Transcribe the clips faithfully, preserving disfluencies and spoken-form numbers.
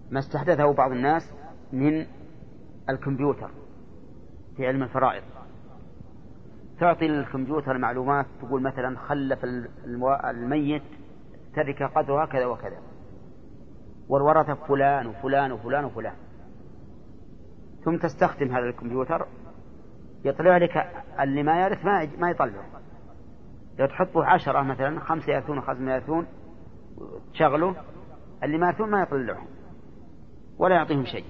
ما استحدثه بعض الناس من الكمبيوتر في علم الفرائض. تعطي للكمبيوتر معلومات، تقول مثلا خلف الميت ترك قدرها كذا وكذا، والورثة فلان وفلان وفلان وفلان، ثم تستخدم هذا الكمبيوتر يطلع لك اللي ما يعرف ما يطلع. لو تحطه عشرة مثلا، خمسة يأتون وخمسة يأتون، تشغله، اللي ما يأتون ما يطلعهم ولا يعطيهم شيء.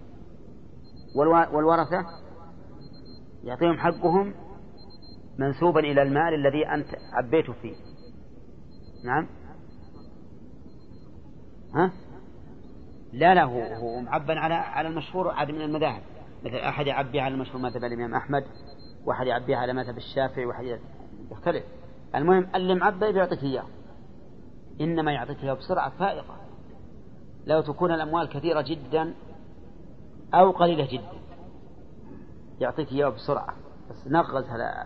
والورثة يعطيهم حقهم منسوبا إلى المال الذي أنت عبيته فيه. نعم. ها؟ لا لا، هو, هو معبن على على المشهور عاد من المذاهب، مثل أحد يعبي على المشهور مذهب الإمام أحمد، واحد يعبي على مذهب الشافعي، واحد يختلف. المهم اللي معبي بيعطيك إياه، إنما يعطيك إياه بسرعة فائقة. لو تكون الأموال كثيرة جدا أو قليلة جدا يعطيك إياه بسرعة، بس نغز هلا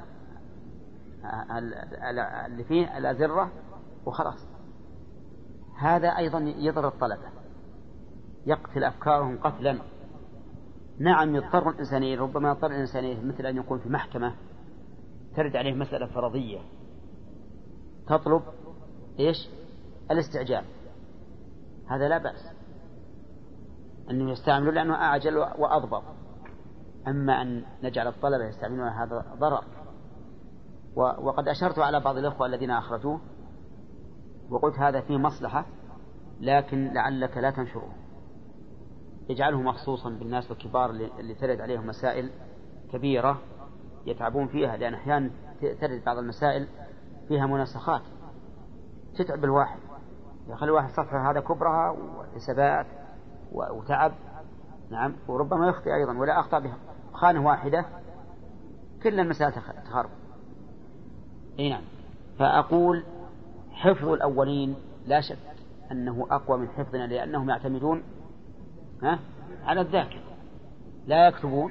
اللي فيه الأزرة وخلاص. هذا أيضا يضر الطلبة، يقتل أفكارهم قتلا. نعم يضطر الإنسانية، ربما يضطر الإنسانية مثل أن يكون في محكمة ترد عليه مسألة فرضية تطلب إيش؟ الاستعجال، هذا لا بأس أنه يستعملوا لأنه أعجل وأضبط. أما أن نجعل الطلبة يستعملون هذا ضرر. وقد أشرت على بعض الأخوة الذين أخرجوه وقلت هذا فيه مصلحة، لكن لعلك لا تنشره، يجعله مخصوصا بالناس الكبار اللي ترد عليهم مسائل كبيرة يتعبون فيها، لأن أحيانا ترد بعض المسائل فيها مناسخات تتعب الواحد، يخلي الواحد صفحة هذا كبرها وحسابات وتعب. نعم. وربما يخطئ أيضا، ولا أخطأ بخانة واحدة كل المسائل تخرب. إيه نعم. فأقول حفظ الأولين لا شك أنه أقوى من حفظنا، لأنهم يعتمدون ها على الذاكرة، لا يكتبون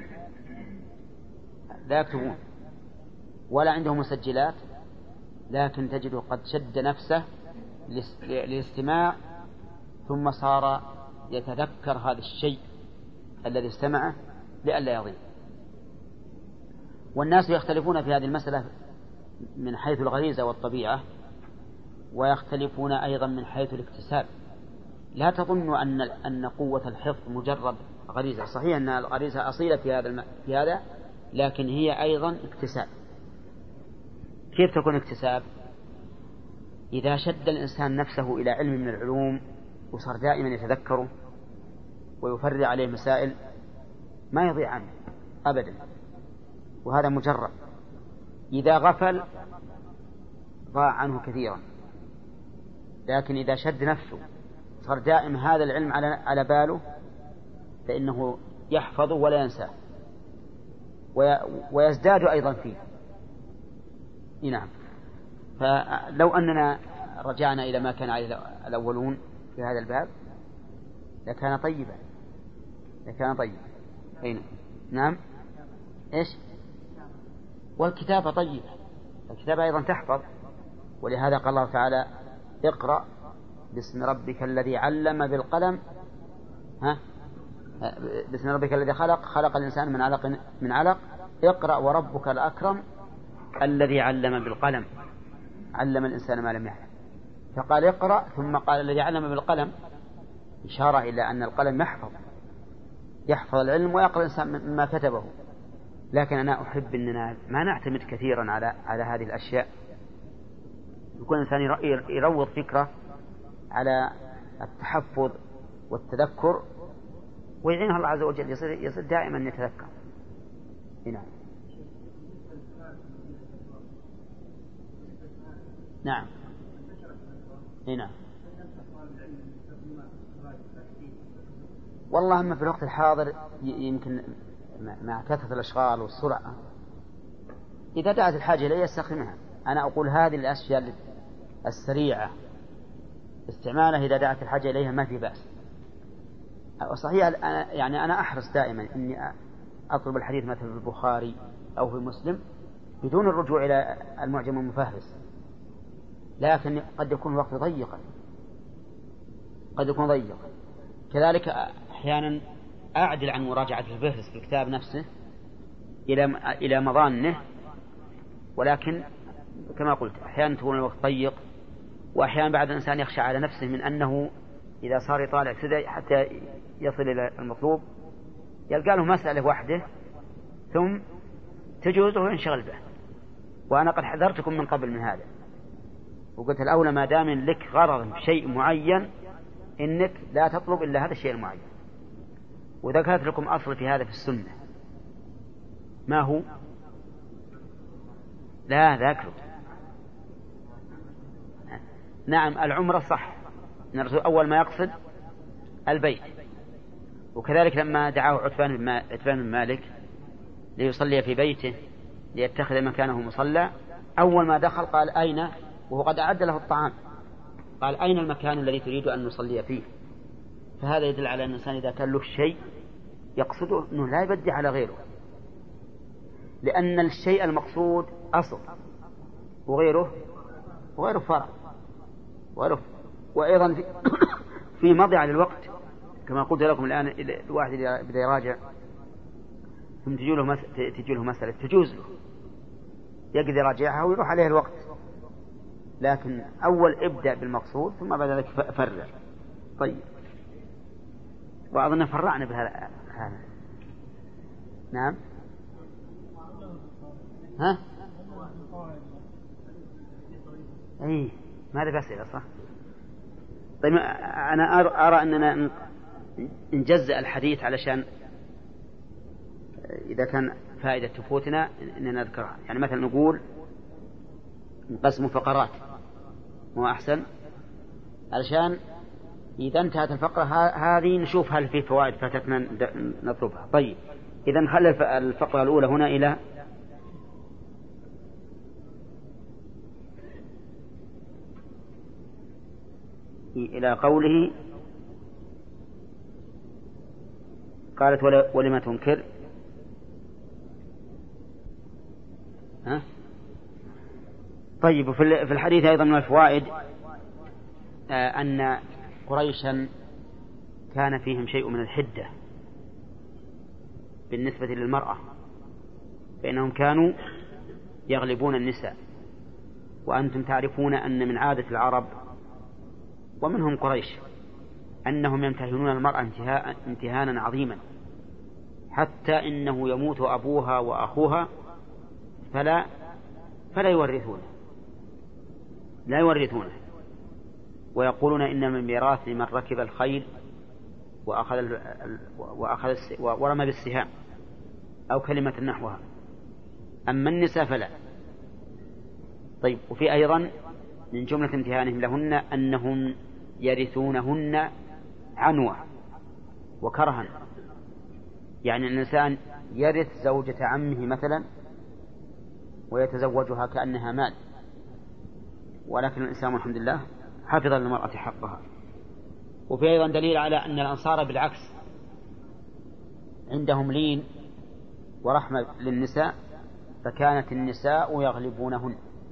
لا يكتبون ولا عندهم مسجلات، لكن تجده قد شد نفسه للاستماع ثم صار يتذكر هذا الشيء الذي استمعه لئلا يضيع. والناس يختلفون في هذه المسألة من حيث الغريزة والطبيعة، ويختلفون أيضا من حيث الاكتساب. لا تظنوا أن أن قوة الحفظ مجرد غريزة، صحيح أن الغريزة أصيلة في هذا الم... في هذا، لكن هي أيضا اكتساب. كيف تكون اكتساب؟ إذا شد الإنسان نفسه إلى علم من العلوم وصار دائما يتذكره ويفرع عليه مسائل ما يضيع عنه أبدا، وهذا مجرد. إذا غفل ضاع عنه كثيرا، لكن إذا شد نفسه صار دائم هذا العلم على على باله فإنه يحفظه ولا ينساه ويزداد أيضا فيه. نعم. فلو أننا رجعنا إلى ما كان عليه الأولون في هذا الباب لكان طيبا لكان طيبا أين؟ نعم. إيش؟ والكتابة طيبة، الكتابة أيضا تحفظ. ولهذا قال الله تعالى اقرأ باسم ربك الذي علم بالقلم، ها باسم ربك الذي خلق خلق الإنسان من علق من علق اقرأ وربك الأكرم الذي علم بالقلم علم الإنسان ما لم يعلم. فقال اقرأ ثم قال الذي علم بالقلم، إشارة إلى أن القلم يحفظ يحفظ العلم ويقرأ الإنسان مما كتبه. لكن أنا أحب أننا ما نعتمد كثيرا على على هذه الأشياء. يكون الإنسان يروض فكرة على التحفظ والتذكر ويعينها الله عز وجل، يصير يصير دائما يتذكر. نعم. نعم. نعم. والله أما في الوقت الحاضر يمكن مع كثرة الأشغال والسرعة إذا دعت الحاجة إليه يستخدمها. أنا أقول هذه الأشياء السريعة استعمالها إذا دعت الحاجة إليها ما في بأس. صحيح يعني أنا أحرص دائما إني أطلب الحديث مثل في البخاري أو في مسلم بدون الرجوع إلى المعجم المفهرس، لكن قد يكون الوقت ضيقا قد يكون ضيقا كذلك أحيانا أعدل عن مراجعة الفهرس في الكتاب نفسه إلى إلى مظانه، ولكن كما قلت أحيانا تكون الوقت ضيق، وأحيانا بعد الإنسان يخشى على نفسه من أنه إذا صار يطالع كذا حتى يصل إلى المطلوب يلقى له مسألة واحدة ثم تجوزه وينشغل به. وأنا قد حذرتكم من قبل من هذا، وقلت الأولى ما دام لك غرض بشيء معين إنك لا تطلب إلا هذا الشيء المعين. وذكرت لكم أصل في هذا في السنة، ما هو؟ لا ذاكروا. نعم العمرة صح، نرسل أول ما يقصد البيت. وكذلك لما دعاه عتبان بن مالك ليصلي في بيته ليتخذ مكانه مصلى، أول ما دخل قال أين، وهو قد أعد له الطعام، قال أين المكان الذي تريد أن نصلي فيه؟ فهذا يدل على أن الإنسان إذا كان له شيء يقصده أنه لا يبدي على غيره، لأن الشيء المقصود أصل وغيره وغيره فرع وغيره. وأيضا في, في مضيعة للوقت كما قلت لكم الآن، الواحد بدأ يراجع ثم تجي له مس... تجي له مسألة تجوز له يقدر يراجعها ويروح عليه الوقت، لكن أول ابدأ بالمقصود ثم بعد ذلك فرع. طيب وأظن فرعنا بهذا. نعم ها أي ماذا بأسئلة صح. طيب أنا أرى أننا نجزء الحديث علشان إذا كان فائدة تفوتنا أننا نذكرها. يعني مثلا نقول نقسم فقرات مو أحسن، علشان إذا انتهت الفقرة هذه نشوف هل في فوائد فاتتنا نطلبها. طيب إذا نخلي الفقرة الأولى هنا إلى إلى قوله قالت ولما تنكر. ها؟ طيب في الحديث أيضا من الفوائد أن قريشا كان فيهم شيء من الحدة بالنسبة للمرأة، فإنهم كانوا يغلبون النساء، وأنتم تعرفون أن من عادة العرب ومنهم قريش أنهم يمتهنون المرأة انتهاء امتهانا عظيما، حتى إنه يموت أبوها وأخوها فلا فلا يورثونه لا يورثونه ويقولون إن من ميراث من ركب الخيل وأخذ وأخذ ورمى بالسهام أو كلمة نحوها، أما النساء فلا. طيب وفي أيضا من جملة امتهانهم لهن أنهم يرثونهن عنوة وكرها، يعني الإنسان يرث زوجة عمه مثلا ويتزوجها كأنها مال، ولكن الإنسان الحمد لله حفظ للمرأة حقها. وفي أيضا دليل على أن الأنصار بالعكس عندهم لين ورحمة للنساء، فكانت النساء يغلبونهن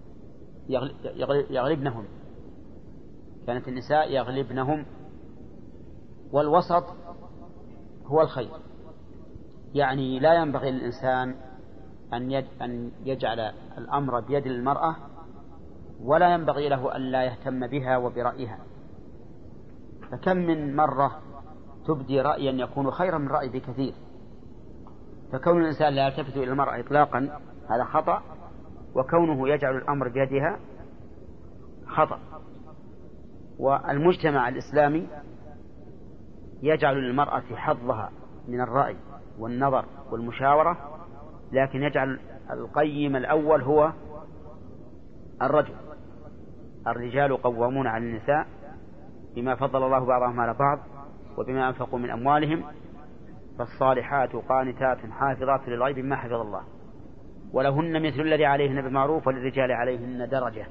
يغلبنهم كانت النساء يغلبنهم. والوسط هو الخير، يعني لا ينبغي للإنسان أن يجعل الأمر بيد المرأة، ولا ينبغي له أن لا يهتم بها وبرأيها. فكم من مرة تبدي رأيا يكون خيرا من رأي بكثير، فكون الإنسان لا يلتفت إلى المرأة إطلاقا هذا خطأ، وكونه يجعل الأمر بيدها خطأ. والمجتمع الإسلامي يجعل للمرأة حظها من الرأي والنظر والمشاورة، لكن يجعل القيم الأول هو الرجل. الرجال قوامون على النساء بما فضل الله بعضهم على بعض وبما أنفقوا من أموالهم، فالصالحات قانتات حافظات للغيب ما حفظ الله، ولهن مثل الذي عليهن بالمعروف وللرجال عليهن درجة.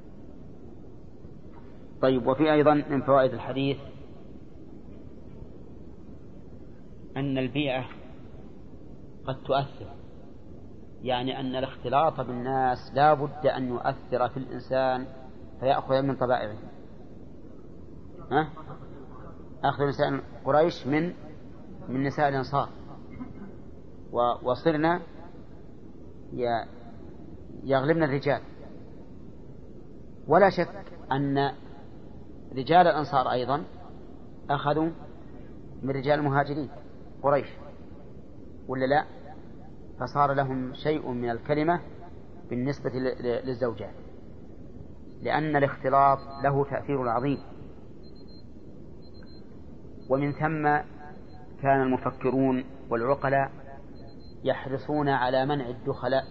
طيب وفي أيضا من فوائد الحديث أن البيئة قد تؤثر، يعني أن الاختلاط بالناس لا بد أن يؤثر في الإنسان فيأخذ من طبائعه. ها؟ أخذ الإنسان قريش من من نساء الأنصار، وصرنا يغلبنا الرجال. ولا شك أن رجال الأنصار أيضا أخذوا من رجال المهاجرين قريش، ولا لا؟ فصار لهم شيء من الكلمة بالنسبة للزوجات، لأن الاختلاط له تأثير عظيم. ومن ثم كان المفكرون والعقلاء يحرصون على منع الدخلاء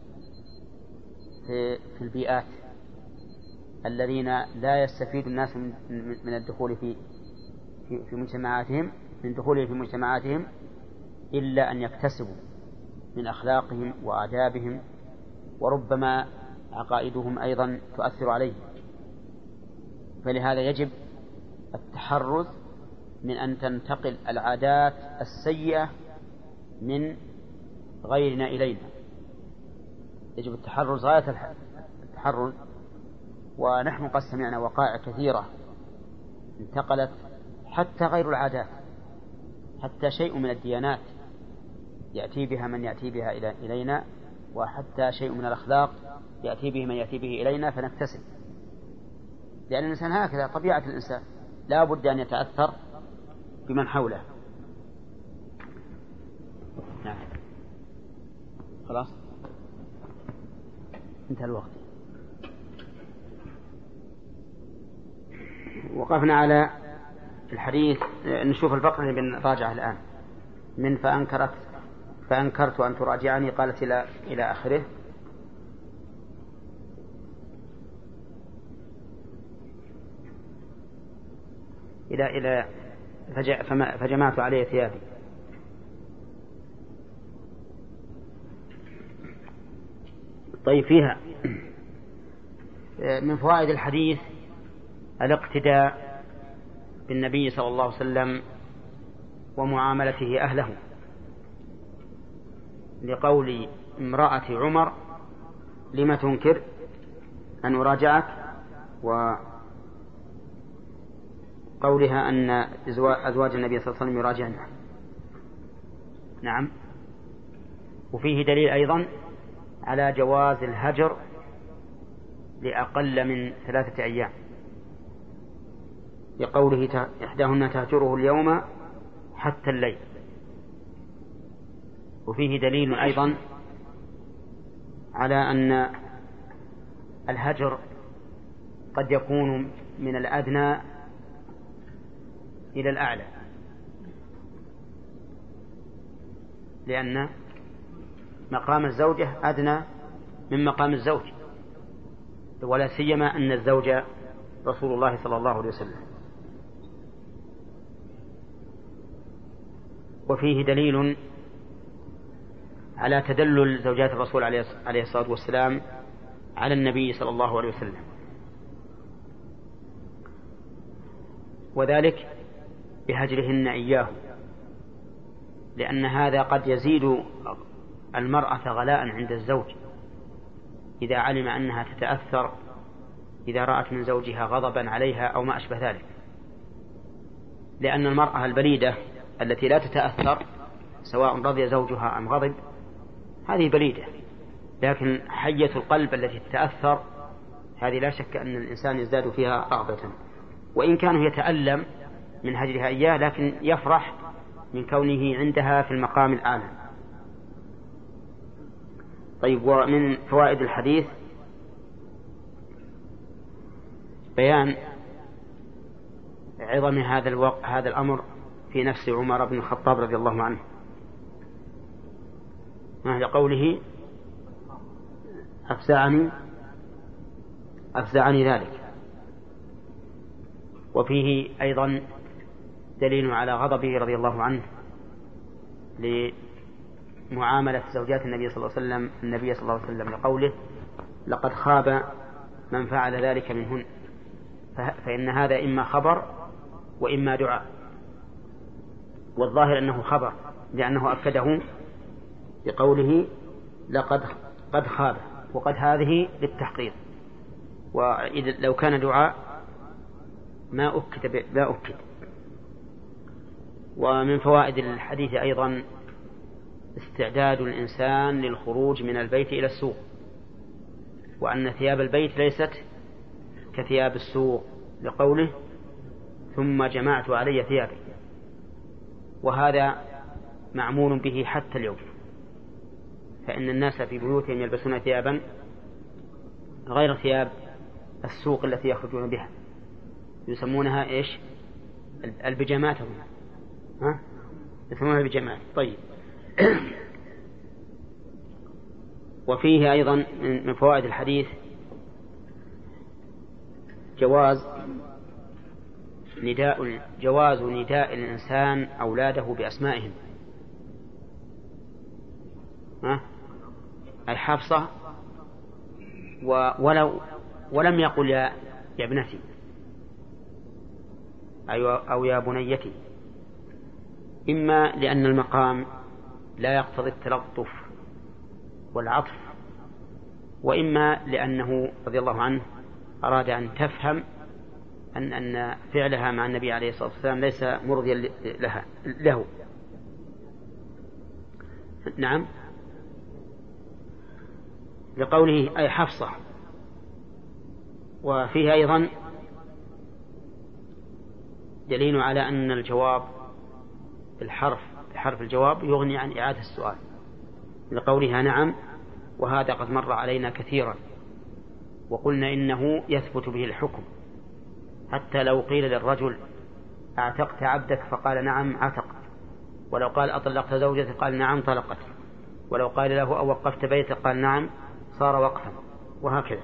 في البيئات الذين لا يستفيد الناس من الدخول في في مجتمعاتهم من دخولهم في مجتمعاتهم إلا أن يكتسبوا من أخلاقهم وآدابهم، وربما عقائدهم أيضا تؤثر عليهم. فلهذا يجب التحرز من أن تنتقل العادات السيئة من غيرنا إلينا. يجب التحرز غاية التحرز. ونحن قد سمعنا وقائع كثيرة انتقلت حتى غير العادات، حتى شيء من الديانات يأتي بها من يأتي بها إلينا، وحتى شيء من الأخلاق يأتي به من يأتي به إلينا فنكتسب. لأن الإنسان هكذا طبيعة الإنسان، لا بد أن يتأثر بمن حوله. نعم خلاص انتهى الوقت. وقفنا على الحديث، نشوف الفقرة اللي بنراجعها الآن من فأنكرت فأنكرت أن تراجعني قالت إلى إلى آخره. إلى إلى فجمعت عليه ثيابي. طيب فيها من فوائد الحديث الاقتداء بالنبي صلى الله عليه وسلم ومعاملته أهله، لقول امرأة عمر لما تنكر أن أراجعك، وقولها أن أزواج النبي صلى الله عليه وسلم يراجعنا. نعم. وفيه دليل أيضا على جواز الهجر لأقل من ثلاثة أيام، لقوله إحداهن تهجره اليوم حتى الليل. وفيه دليل أيضا على أن الهجر قد يكون من الأدنى إلى الأعلى، لأن مقام الزوجة أدنى من مقام الزوج، ولا سيما أن الزوج رسول الله صلى الله عليه وسلم. وفيه دليل على تدلل زوجات الرسول عليه الصلاة والسلام على النبي صلى الله عليه وسلم، وذلك بهجرهن إياه، لأن هذا قد يزيد المرأة غلاء عند الزوج إذا علم أنها تتأثر إذا رأت من زوجها غضبا عليها أو ما أشبه ذلك. لأن المرأة البليدة التي لا تتأثر سواء رضي زوجها أم غضب هذه بليدة، لكن حية القلب التي تتأثر هذه لا شك أن الإنسان يزداد فيها رغبة، وإن كان يتألم من هجرها إياه لكن يفرح من كونه عندها في المقام الأعلى. طيب، ومن فوائد الحديث بيان عظم هذا الوقت هذا الأمر في نفس عمر بن الخطاب رضي الله عنه، مع قوله أفزعني أفزعني ذلك. وفيه أيضا دليل على غضبه رضي الله عنه لمعاملة زوجات النبي صلى الله عليه وسلم النبي صلى الله عليه وسلم، لقوله لقد خاب من فعل ذلك منهن، فإن هذا إما خبر وإما دعاء، والظاهر أنه خبر لأنه أكده بقوله لقد قد خاب، وقد هذه للتحقيق، ولو كان دعاء ما أكد ما أكد. ومن فوائد الحديث أيضا استعداد الإنسان للخروج من البيت إلى السوق، وأن ثياب البيت ليست كثياب السوق، لقوله ثم جمعت علي ثيابي، وهذا معمول به حتى اليوم، فإن الناس في بيوتهم يلبسون ثيابا غير ثياب السوق التي يخرجون بها، يسمونها إيش؟ البيجامات، ها؟ يسمونها البيجامات. طيب. وفيه أيضا من فوائد الحديث جواز نداء جواز نداء الإنسان أولاده بأسمائهم، ها؟ أي حفصة، ولو ولم يقل يا يا ابنتي أو يا بنيتي، إما لأن المقام لا يقتضي التلطف والعطف، وإما لأنه رضي الله عنه أراد أن تفهم أن أن فعلها مع النبي عليه الصلاة والسلام ليس مرضيا لها له. نعم، لقوله أي حفصة. وفيه أيضا دليل على أن الجواب الحرف حرف الجواب يغني عن إعادة السؤال، لقولها نعم، وهذا قد مر علينا كثيرا، وقلنا إنه يثبت به الحكم، حتى لو قيل للرجل أعتقت عبدك فقال نعم عتقت، ولو قال أطلقت زوجتك قال نعم طلقت، ولو قال له أو وقفت بيتك قال نعم صار وقفا، وهكذا.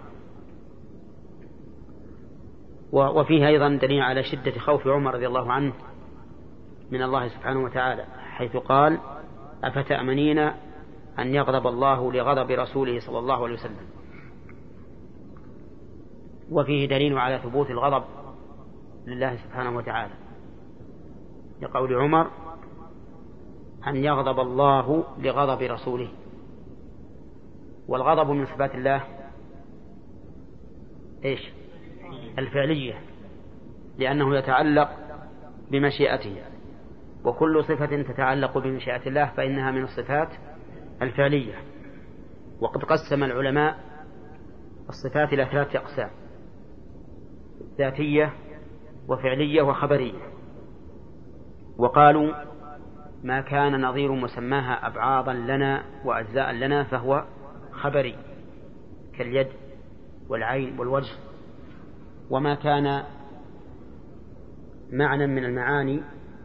وفيه أيضا دليل على شدة خوف عمر رضي الله عنه من الله سبحانه وتعالى، حيث قال أفتأمنين أن يغضب الله لغضب رسوله صلى الله عليه وسلم. وفيه دليل على ثبوت الغضب لله سبحانه وتعالى، لقول عمر أن يغضب الله لغضب رسوله. والغضب من صفات الله إيش؟ الفعلية، لأنه يتعلق بمشيئته، وكل صفة تتعلق بمشيئة الله فإنها من الصفات الفعلية. وقد قسم العلماء الصفات إلى ثلاثة أقسام: ذاتية وفعلية وخبرية. وقالوا ما كان نظير مسماها أبعاضا لنا وأجزاء لنا فهو خبري، كاليد والعين والوجه. وما كان معنى من المعاني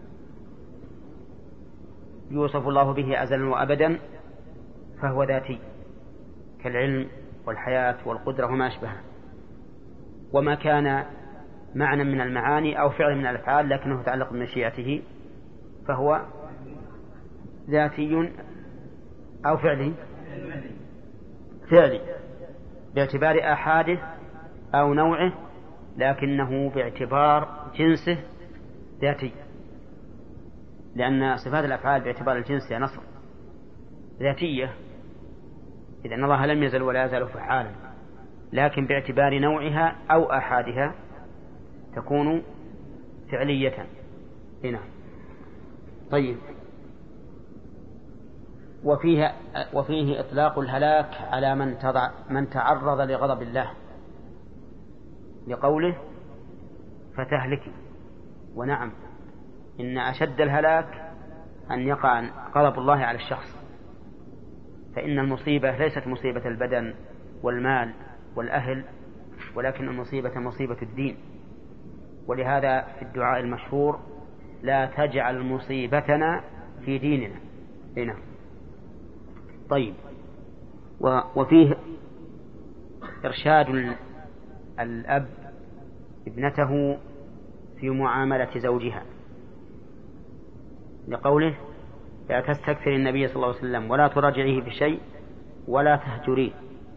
يوصف الله به أزلا وأبدا فهو ذاتي، كالعلم والحياة والقدرة وما أشبهها. وما كان معنى من المعاني أو فعل من الأفعال لكنه يتعلق بمشيئته فهو ذاتي أو فعلي فعلي باعتبار آحاده أو نوعه، لكنه باعتبار جنسه ذاتي، لأن صفات الأفعال باعتبار الجنس يا نصر ذاتية، إذا أن الله لم يزل ولا يزال فعالا، لكن باعتبار نوعها أو آحادها تكون فعلية هنا. طيب. وفيه, وفيه إطلاق الهلاك على من, تضع من تعرض لغضب الله، لقوله فتهلكي. ونعم، إن أشد الهلاك أن يقع غضب الله على الشخص، فإن المصيبة ليست مصيبة البدن والمال والأهل، ولكن المصيبة مصيبة الدين. ولهذا في الدعاء المشهور لا تجعل مصيبتنا في ديننا. هنا. طيب. وفيه إرشاد الأب ابنته في معاملة زوجها، لقوله لا تستكثر النبي صلى الله عليه وسلم ولا تراجعيه بشيء ولا تهجريه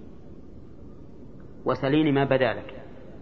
وسليني ما بدا لك.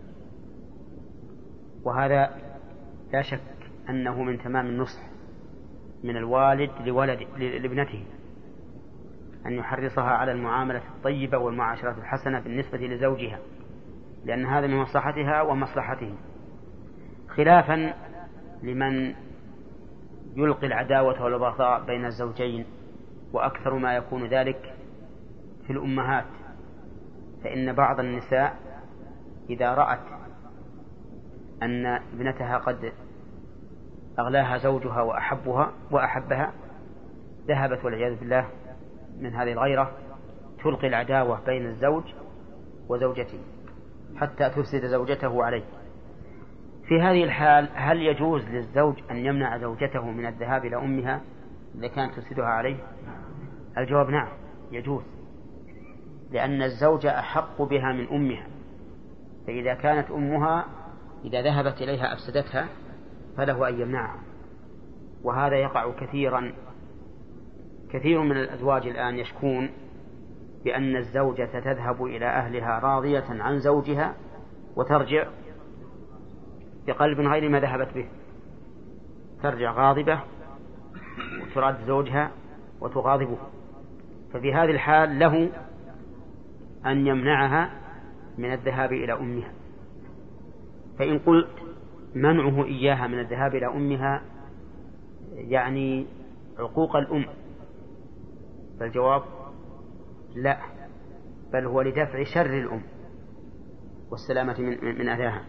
وهذا لا شك أنه من تمام النصح من الوالد لولد لابنته، أن يحرصها على المعاملة الطيبة والمعاشرة الحسنة بالنسبة لزوجها، لأن هذا من مصلحتها ومصلحته، خلافا لمن يلقي العداوة والبغضاء بين الزوجين، وأكثر ما يكون ذلك في الأمهات، فإن بعض النساء إذا رأت أن ابنتها قد أغلاها زوجها وأحبها وأحبها ذهبت والعياذ بالله من هذه الغيرة تلقي العداوة بين الزوج وزوجته حتى تفسد زوجته عليه. في هذه الحال هل يجوز للزوج أن يمنع زوجته من الذهاب إلى أمها إذا كانت تفسدها عليه؟ الجواب نعم يجوز، لأن الزوج أحق بها من أمها، فإذا كانت أمها إذا ذهبت إليها أفسدتها فله أن يمنعها. وهذا يقع كثيرا، كثير من الأزواج الآن يشكون بأن الزوجة تذهب إلى أهلها راضية عن زوجها وترجع بقلب غير ما ذهبت به، ترجع غاضبة وتراد زوجها وتغاضبه. ففي هذه الحال له أن يمنعها من الذهاب إلى أمها. فإن قلت منعه إياها من الذهاب إلى أمها يعني عقوق الأم، فالجواب لا، بل هو لدفع شر الأم والسلامة من, من أذاها.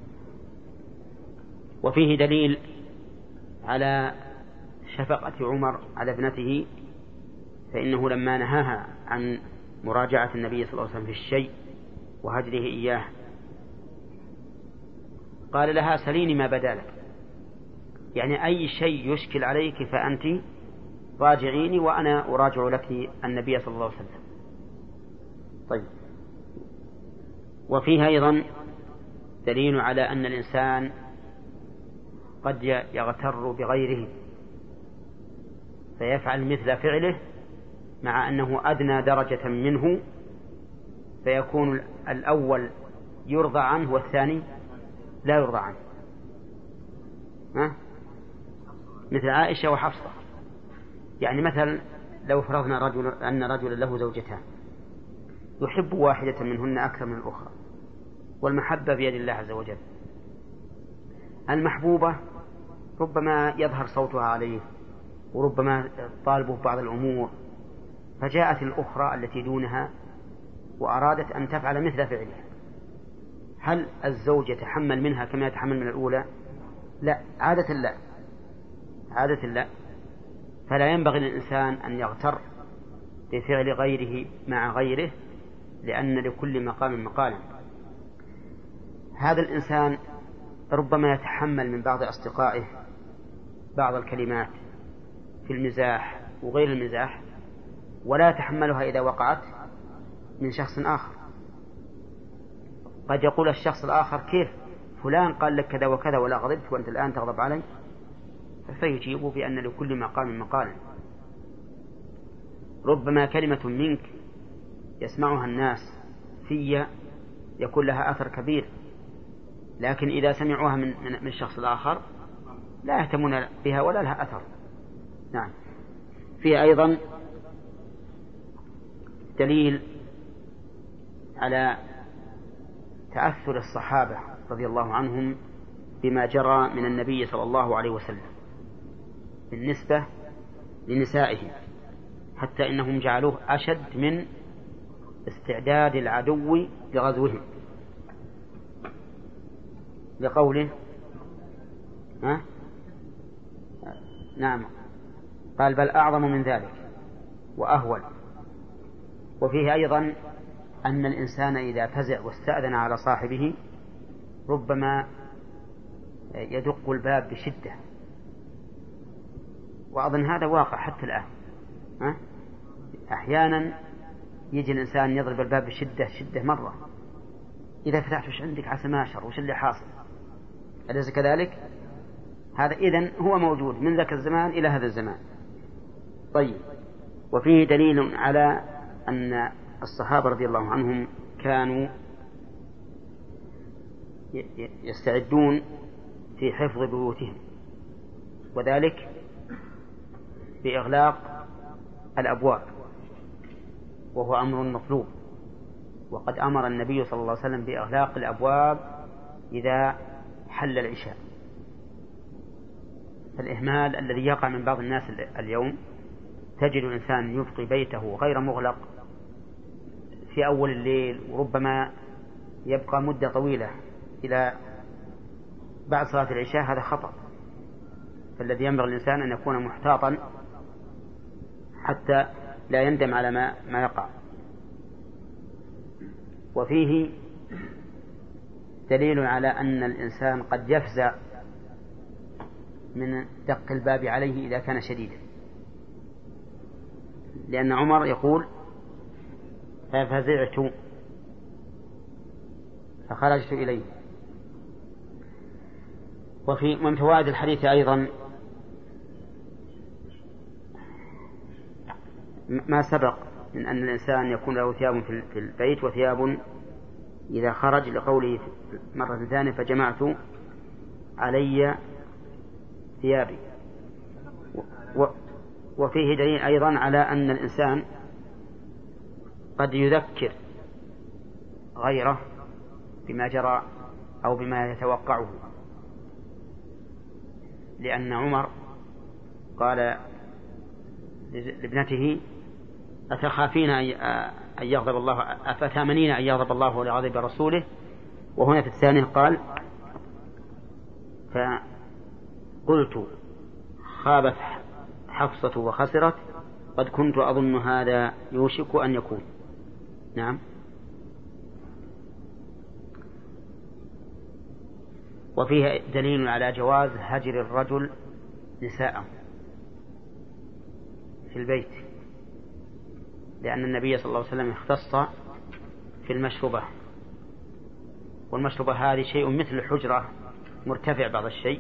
وفيه دليل على شفقة عمر على ابنته، فإنه لما نهاها عن مراجعة النبي صلى الله عليه وسلم في الشيء وهجره إياه قال لها سليني ما بدا لك، يعني أي شيء يشكل عليك فأنت راجعيني وأنا أراجع لك النبي صلى الله عليه وسلم. طيب، وفيها أيضا دليل على أن الإنسان قد يغتر بغيره فيفعل مثل فعله مع أنه أدنى درجة منه، فيكون الأول يرضى عنه والثاني لا يرضى عنه. ها؟ مثل عائشة وحفصة. يعني مثلا لو فرضنا رجل أن رجلا له زوجتان يحب واحدة منهن أكثر من الأخرى، والمحبة بيد الله عز وجل. المحبوبة ربما يظهر صوتها عليه وربما طالبه بعض الأمور، فجاءت الأخرى التي دونها وأرادت أن تفعل مثل فعلها، هل الزوج يتحمل منها كما يتحمل من الأولى؟ لا، عادة لا، عادة لا. فلا ينبغي للإنسان أن يغتر بفعل غيره مع غيره، لأن لكل مقام مقالا. هذا الإنسان ربما يتحمل من بعض أصدقائه بعض الكلمات في المزاح وغير المزاح، ولا يتحملها إذا وقعت من شخص آخر. قد يقول الشخص الآخر كيف فلان قال لك كذا وكذا ولا غضبت وأنت الآن تغضب علي، فيجيب بأن لكل مقام مقالا. ربما كلمة منك يسمعها الناس في يكون لها أثر كبير، لكن إذا سمعوها من, من الشخص الآخر لا يهتمون بها ولا لها أثر. نعم. فيه أيضا دليل على تأثر الصحابة رضي الله عنهم بما جرى من النبي صلى الله عليه وسلم بالنسبة لنسائهم، حتى إنهم جعلوه أشد من استعداد العدو لغزوهم، لقوله ها؟ نعم، قال بل أعظم من ذلك وأهول. وفيه أيضا أن الإنسان إذا فزع واستأذن على صاحبه ربما يدق الباب بشدة، وأظن هذا واقع حتى الآن. ها؟ أحيانا يجي الإنسان يضرب الباب بشدة شدة مرة، إذا فتحت وش عندك عسى ماشر وش اللي حاصل، أليس كذلك؟ هذا إذن هو موجود من ذاك الزمان إلى هذا الزمان. طيب، وفيه دليل على أن الصحابة رضي الله عنهم كانوا يستعدون في حفظ بيوتهم، وذلك بإغلاق الأبواب، وهو أمر مطلوب. وقد أمر النبي صلى الله عليه وسلم بإغلاق الأبواب إذا حل العشاء. الإهمال الذي يقع من بعض الناس اليوم، تجد الإنسان يبقي بيته غير مغلق في أول الليل، وربما يبقى مدة طويلة إلى بعد صلاة العشاء. هذا خطأ. فالذي ينبغي الإنسان أن يكون محتاطا حتى لا يندم على ما, ما يقع. وفيه دليل على أن الإنسان قد يفزع من دق الباب عليه إذا كان شديدا، لأن عمر يقول ففزعت فخرجت إليه. وفي من فوائد الحديث أيضا ما سبق من أن الإنسان يكون له ثياب في البيت وثياب إذا خرج، لقوله مرة ثانية فجمعت علي ثيابي. وفيه دليل أيضا على أن الإنسان قد يذكر غيره بما جرى أو بما يتوقعه، لأن عمر قال لابنته أتخافين أن يغضب الله، أفتامنين أن يغضب الله ولغضب رسوله. وهنا في الثانية قال فقلت خابت حفصة وخسرت قد كنت أظن هذا يوشك أن يكون. نعم. وفيه دليل على جواز هجر الرجل نساءه في البيت، لأن النبي صلى الله عليه وسلم اختص في المشروبة، والمشروبة هذه شيء مثل الحجرة مرتفع بعض الشيء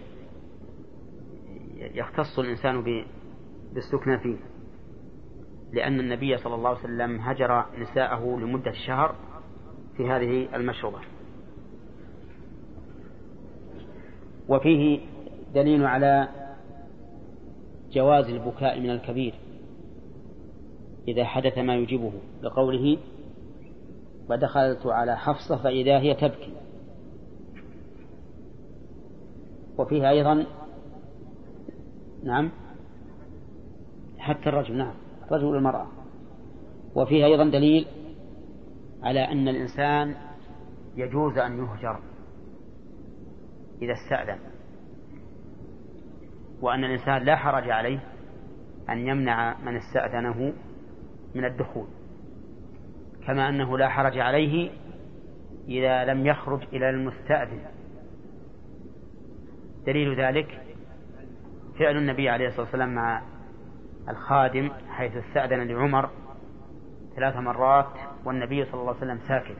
يختص الإنسان بالسكنة فيه، لأن النبي صلى الله عليه وسلم هجر نساءه لمدة شهر في هذه المشروبة. وفيه دليل على جواز البكاء من الكبير إذا حدث ما يجيبه، لقوله ودخلت على حفصة فإذا هي تبكي. وفيها أيضا نعم حتى الرجل، نعم الرجل والمرأة. وفيها أيضا دليل على أن الإنسان يجوز أن يهجر إذا استأذن، وأن الإنسان لا حرج عليه أن يمنع من استأذنه من الدخول، كما أنه لا حرج عليه إذا لم يخرج إلى المستأذن. دليل ذلك فعل النبي عليه الصلاة والسلام مع الخادم، حيث استأذن لعمر ثلاث مرات والنبي صلى الله عليه وسلم ساكت،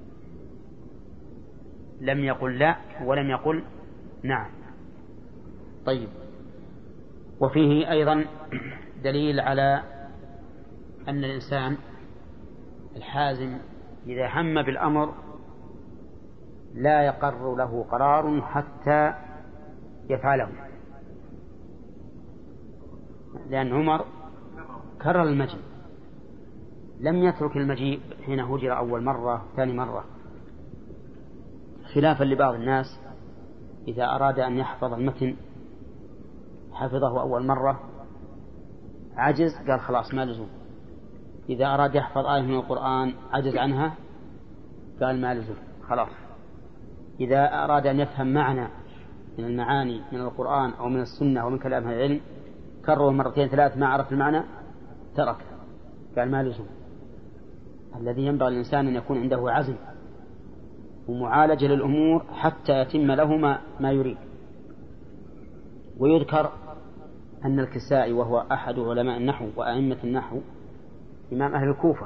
لم يقل لا ولم يقل نعم. طيب. وفيه أيضا دليل على أن الإنسان الحازم إذا هم بالأمر لا يقر له قرار حتى يفعله، لأن عمر كرر المجيء، لم يترك المجيء حين هجر أول مرة ثاني مرة، خلافا لبعض الناس إذا أراد أن يحفظ المتن حفظه أول مرة عجز قال خلاص ما لزوم، إذا أراد يحفظ آية من القرآن عجز عنها قال ما لزوم خلاص، إذا أراد أن يفهم معنى من المعاني من القرآن أو من السنة أو من كلام أهل العلم كرره مرتين ثلاث ما عرف المعنى ترك قال ما لزوم. الذي ينبغي الإنسان أن يكون عنده عزم ومعالجة للأمور حتى يتم له ما, ما يريد. ويذكر أن الكسائي وهو أحد علماء النحو وأئمة النحو إمام أهل الكوفة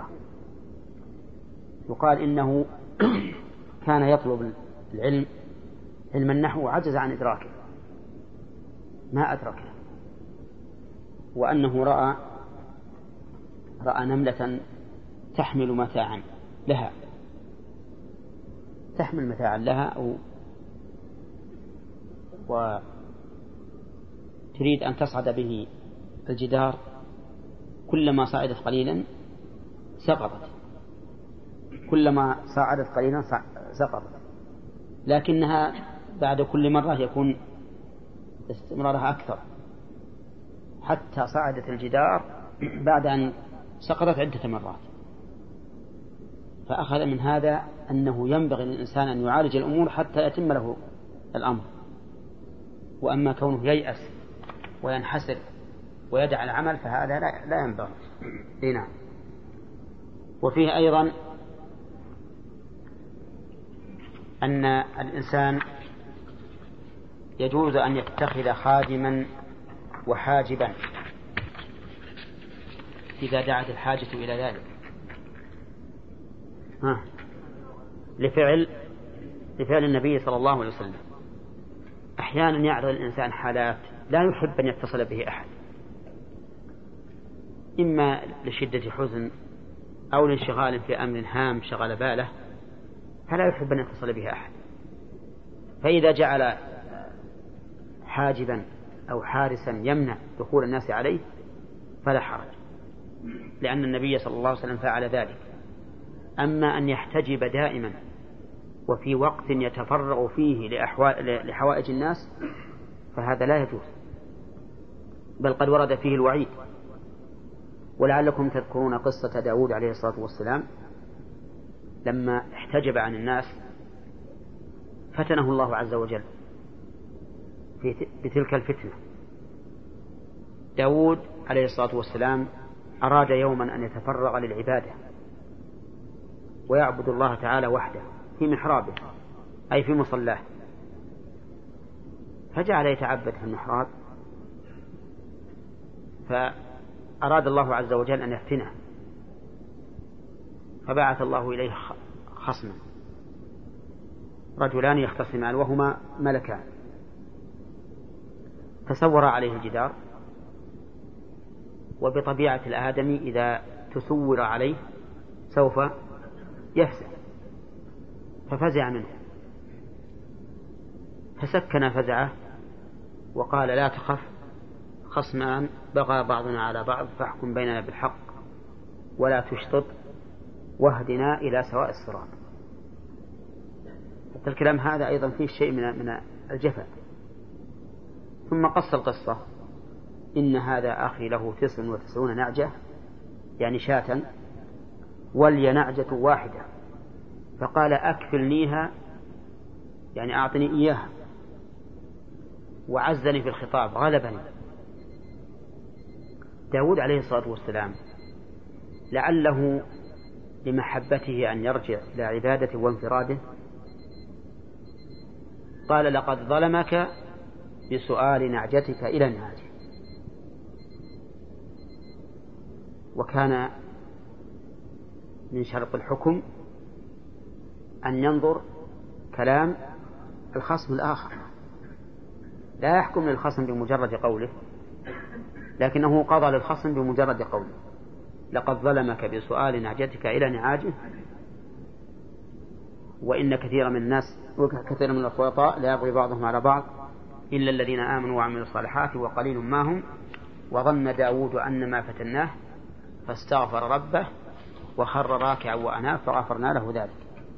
يقال إنه كان يطلب العلم علم النحو وعجز عن إدراكه ما أدركه، وأنه رأى رأى نملة تحمل متاعا لها تحمل متاعا لها أو وتريد أن تصعد به الجدار، كلما صعدت قليلا سقطت كلما صعدت قليلا سقطت، لكنها بعد كل مرة يكون استمرارها أكثر حتى صعدت الجدار بعد أن سقطت عدة مرات. فأخذ من هذا أنه ينبغي للإنسان أن يعالج الأمور حتى يتم له الأمر. وأما كونه ييأس وينحسر ويدع العمل فهذا لا, لا ينبغي. نعم. وفيه أيضا أن الإنسان يجوز أن يتخذ خادما وحاجبا إذا دعت الحاجة إلى ذلك. ها. لفعل لفعل النبي صلى الله عليه وسلم. أحيانا يعرض الإنسان حالات لا يحب أن يتصل به أحد، إما لشدة حزن أو لانشغال في أمر هام شغل باله، فلا يحب أن يتصل به أحد، فإذا جعل حاجبا أو حارسا يمنع دخول الناس عليه فلا حرج، لأن النبي صلى الله عليه وسلم فعل ذلك. أما أن يحتجب دائما وفي وقت يتفرغ فيه لحوائج الناس فهذا لا يجوز، بل قد ورد فيه الوعيد. ولعلكم تذكرون قصة داود عليه الصلاة والسلام لما احتجب عن الناس فتنه الله عز وجل في بتلك الفتنة. داود عليه الصلاة والسلام أراد يوما أن يتفرغ للعبادة ويعبد الله تعالى وحده في محرابه أي في مصلاه، فجعل يتعبد في المحراب، فأراد الله عز وجل أن يفتنه، فبعث الله إليه خصما رجلان يختصمان وهما ملكان، فسور عليه الجدار، وبطبيعة الآدمي إذا تسور عليه سوف يفزع، ففزع منه، فسكن فزعه وقال لا تخف، خصمان بغى بعضنا على بعض فاحكم بيننا بالحق ولا تشطط واهدنا إلى سواء الصراط. الكلام هذا أيضا فيه شيء من من الجفاء. ثم قص القصة: إن هذا أخي له تسع وتسعون نعجة، يعني شاة، ولي نعجة واحدة، فقال أكفلنيها، يعني أعطني إياها، وعزني في الخطاب، غلبني. داود عليه الصلاة والسلام لعله لمحبته أن يرجع إلى عبادته وانفراده قال لقد ظلمك بسؤال نعجتك إلى نعجه. وكان من شرط الحكم أن ينظر كلام الخصم الآخر، لا يحكم للخصم بمجرد قوله، لكنه قضى للخصم بمجرد قوله لقد ظلمك بسؤال نعجتك إلى نعاجه، وإن كثير من الناس وكثير من الخلطاء لا يبغي بعضهم على بعض إلا الذين آمنوا وعملوا الصالحات وقليل ما هم، وظن داود أن ما فتناه فاستغفر ربه وخر راكعا وأناب فغفرنا له ذلك.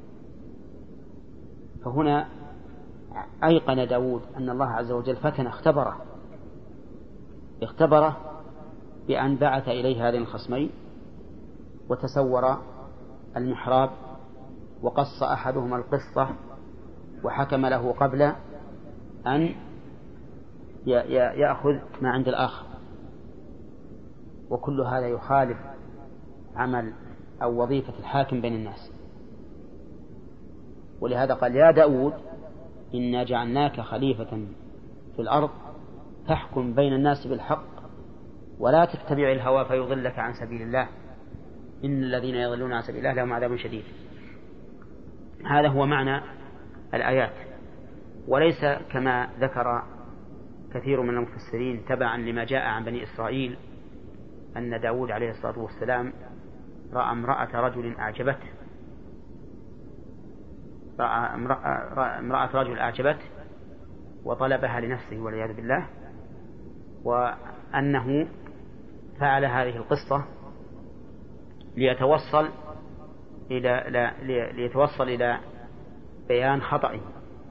فهنا أيقن داود أن الله عز وجل فتن اختبره اختبره بأن بعث إليه هذين الخصمين وتسور المحراب وقص أحدهما القصة وحكم له قبل أن يأخذ ما عند الآخر، وكل هذا يخالف عمل أو وظيفة الحاكم بين الناس. ولهذا قال يا داود إنا جعلناك خليفة في الأرض فاحكم بين الناس بالحق ولا تتبع الهوى فيضلك عن سبيل الله إن الذين يضلون عن سبيل الله لهم عذاب شديد. هذا هو معنى الآيات، وليس كما ذكر كثير من المفسرين تبعا لما جاء عن بني إسرائيل أن داود عليه الصلاة والسلام رأى امرأة رجل أعجبته رأى امرأة رجل أعجبته وطلبها لنفسه والعياذ بالله، وأنه فعل هذه القصة ليتوصل إلى ليتوصل إلى بيان خطئه،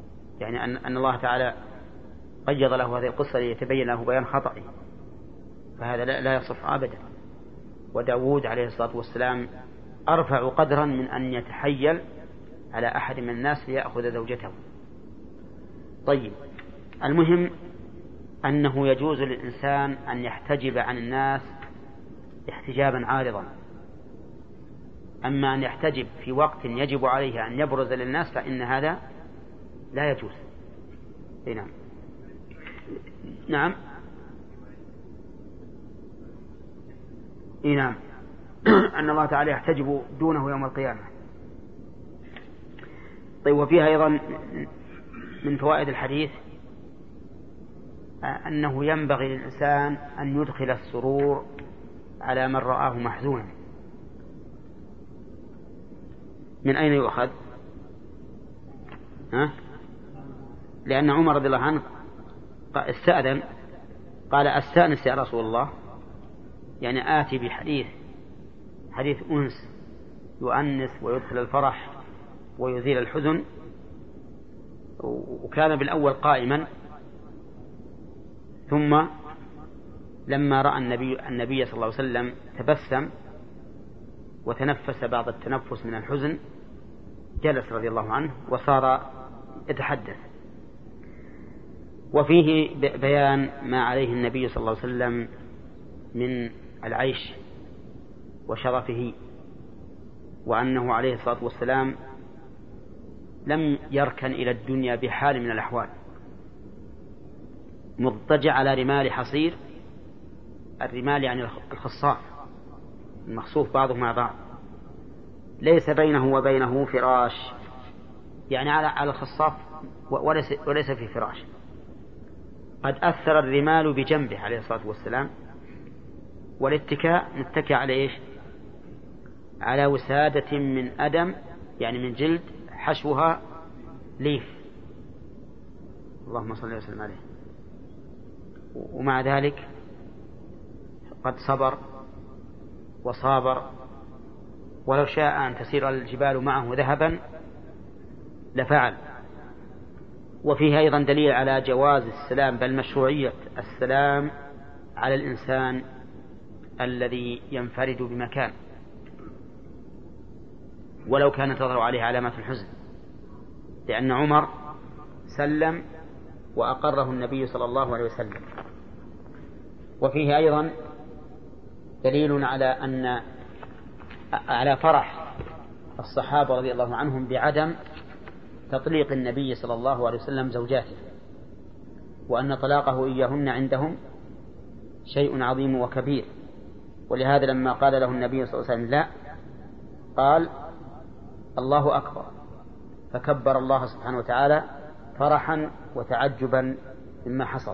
يعني أن أن الله تعالى قيض له هذه القصة ليتبين له بيان خطئه، فهذا لا يصح أبدا. وداود عليه الصلاة والسلام أرفع قدرا من أن يتحيل على أحد من الناس ليأخذ زوجته. طيب، المهم أنه يجوز للإنسان أن يحتجب عن الناس احتجابا عارضا، أما أن يحتجب في وقت يجب عليه أن يبرز للناس فإن هذا لا يجوز. نعم نعم نعم أن الله تعالى يحتجب دونه يوم القيامة. طيب، وفيها أيضا من فوائد الحديث أنه ينبغي للإنسان أن يدخل السرور على من رآه محزونا. من أين يؤخذ؟ ها؟ لأن عمر رضي الله عنه استأذن، قال أستأنس يا رسول الله، يعني آتي بحديث حديث أنس يؤنس ويدخل الفرح ويزيل الحزن. وكان بالأول قائما، ثم لما رأى النبي, النبي صلى الله عليه وسلم تبسم وتنفس بعض التنفس من الحزن جلس رضي الله عنه وصار يتحدث. وفيه بيان ما عليه النبي صلى الله عليه وسلم من العيش وشرفه، وأنه عليه الصلاة والسلام لم يركن إلى الدنيا بحال من الأحوال، مضطجع على رمال حصير. الرمال يعني الخصاف المخصوف بعضه مع بعض، ليس بينه وبينه فراش، يعني على الخصاف وليس, وليس في فراش. قد أثر الرمال بجنبه عليه الصلاة والسلام، والاتكاء متكى على إيش؟ على وسادة من أدم، يعني من جلد حشوها ليف، اللهم صل وسلم عليه. ومع ذلك قد صبر وصابر، ولو شاء أن تسير الجبال معه ذهبا لفعل. وفيه أيضا دليل على جواز السلام، بل مشروعية السلام على الإنسان الذي ينفرد بمكان ولو كانت تظهر عليه علامات الحزن، لأن عمر سلم وأقره النبي صلى الله عليه وسلم. وفيه أيضا دليل على أن على فرح الصحابة رضي الله عنهم بعدم تطليق النبي صلى الله عليه وسلم زوجاته، وأن طلاقه إياهن عندهم شيء عظيم وكبير. ولهذا لما قال له النبي صلى الله عليه وسلم لا، قال الله أكبر، فكبر الله سبحانه وتعالى فرحا وتعجبا مما حصل.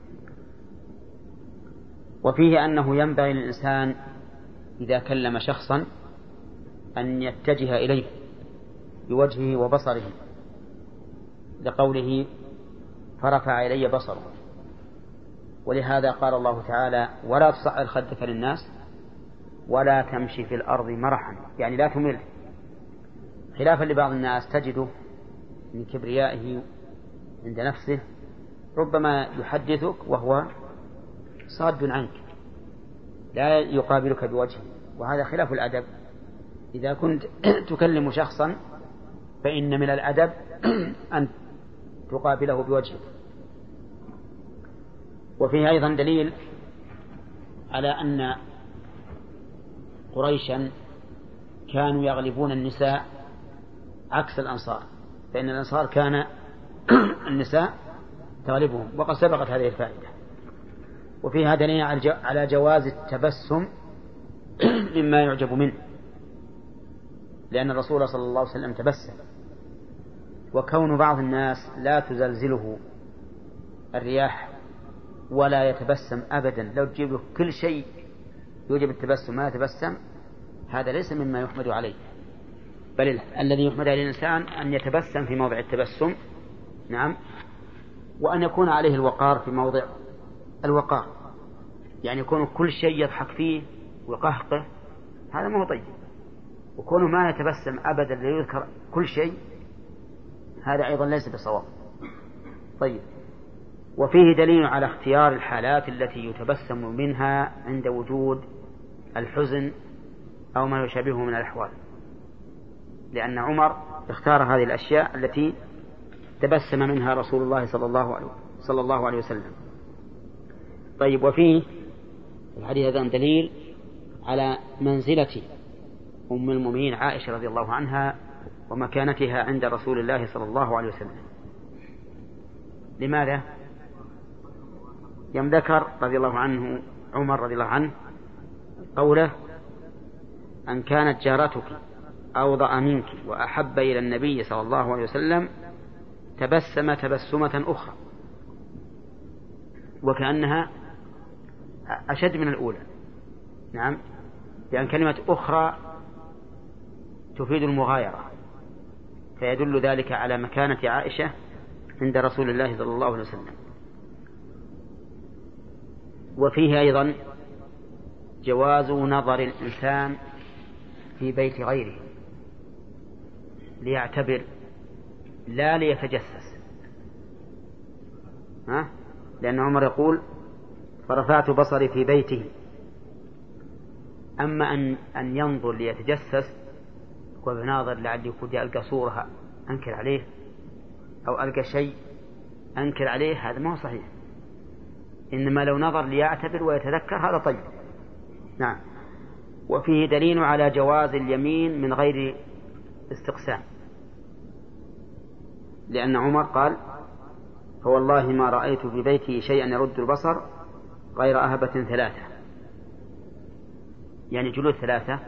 وفيه أنه ينبغي للإنسان إذا كلم شخصا أن يتجه إليه بوجهه وبصره، لقوله فرفع إلي بصره. ولهذا قال الله تعالى ولا تصعر خدك للناس ولا تمشي في الأرض مرحا، يعني لا تمل، خلافا لبعض الناس تجده من كبريائه عند نفسه ربما يحدثك وهو صاد عنك لا يقابلك بوجهه، وهذا خلاف الأدب. إذا كنت تكلم شخصا فإن من الأدب أن تقابله بوجهه. وفيه أيضا دليل على أن قريشا كانوا يغلبون النساء عكس الأنصار، فإن الأنصار كان النساء تغلبهم، وقد سبقت هذه الفائدة. وفيها دليل على جواز التبسم مما يعجب منه، لأن الرسول صلى الله عليه وسلم تبسم. وكون بعض الناس لا تزلزله الرياح ولا يتبسم أبدا، لو تجيب له كل شيء يوجب التبسم ما يتبسم، هذا ليس مما يحمد عليه، بل الذي يحمد عليه الإنسان أن يتبسم في موضع التبسم، نعم، وأن يكون عليه الوقار في موضع الوقار، يعني يكون كل شيء يضحك فيه وقهقه، هذا ما هو طيب. وكونه ما يتبسم أبدا ليذكر كل شيء، هذا أيضا ليس بصواب. طيب، وفيه دليل على اختيار الحالات التي يتبسم منها عند وجود الحزن أو ما يشابهه من الأحوال، لأن عمر اختار هذه الأشياء التي تبسم منها رسول الله صلى الله عليه, صلى الله عليه وسلم. طيب، وفيه الحديث هذا دليل على منزلة أم المؤمنين عائشة رضي الله عنها ومكانتها عند رسول الله صلى الله عليه وسلم. لماذا؟ يوم ذكر رضي الله عنه عمر رضي الله عنه قوله: أن كانت جارتك أوضأ منك وأحب إلى النبي صلى الله عليه وسلم تبسم تبسمة أخرى، وكأنها أشد من الأولى. نعم، لأن كلمة أخرى تفيد المغايرة، فيدل ذلك على مكانة عائشة عند رسول الله صلى الله عليه وسلم. وفيه أيضا جواز نظر الإنسان في بيت غيره ليعتبر لا ليتجسس، ها؟ لأن عمر يقول: فرفعت بصري في بيته. أما أن, أن ينظر ليتجسس وبناظر لعلي كنت ألقى صورها أنكر عليه أو ألقى شيء أنكر عليه، هذا ما هو صحيح. إنما لو نظر ليعتبر ويتذكر هذا طيب. نعم. وفيه دليل على جواز اليمين من غير استقسام، لأن عمر قال: فوالله ما رأيت في بيتي شيئا يرد البصر غير أهبة ثلاثة، يعني جلود ثلاثة.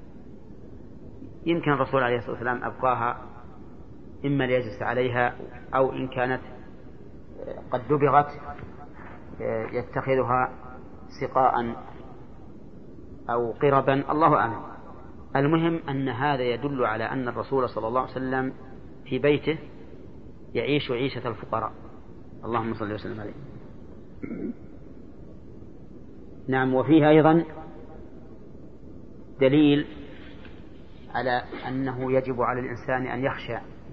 يمكن الرسول عليه الصلاة والسلام أبقاها إما ليجلس عليها أو إن كانت قد دبغت يتخذها سقاء أو قربا، الله أعلم. المهم أن هذا يدل على أن الرسول صلى الله عليه وسلم في بيته يعيش عيشة الفقراء، اللهم صل وسلم عليه. نعم. وفيه أيضا دليل على أنه يجب على الإنسان أن يخشى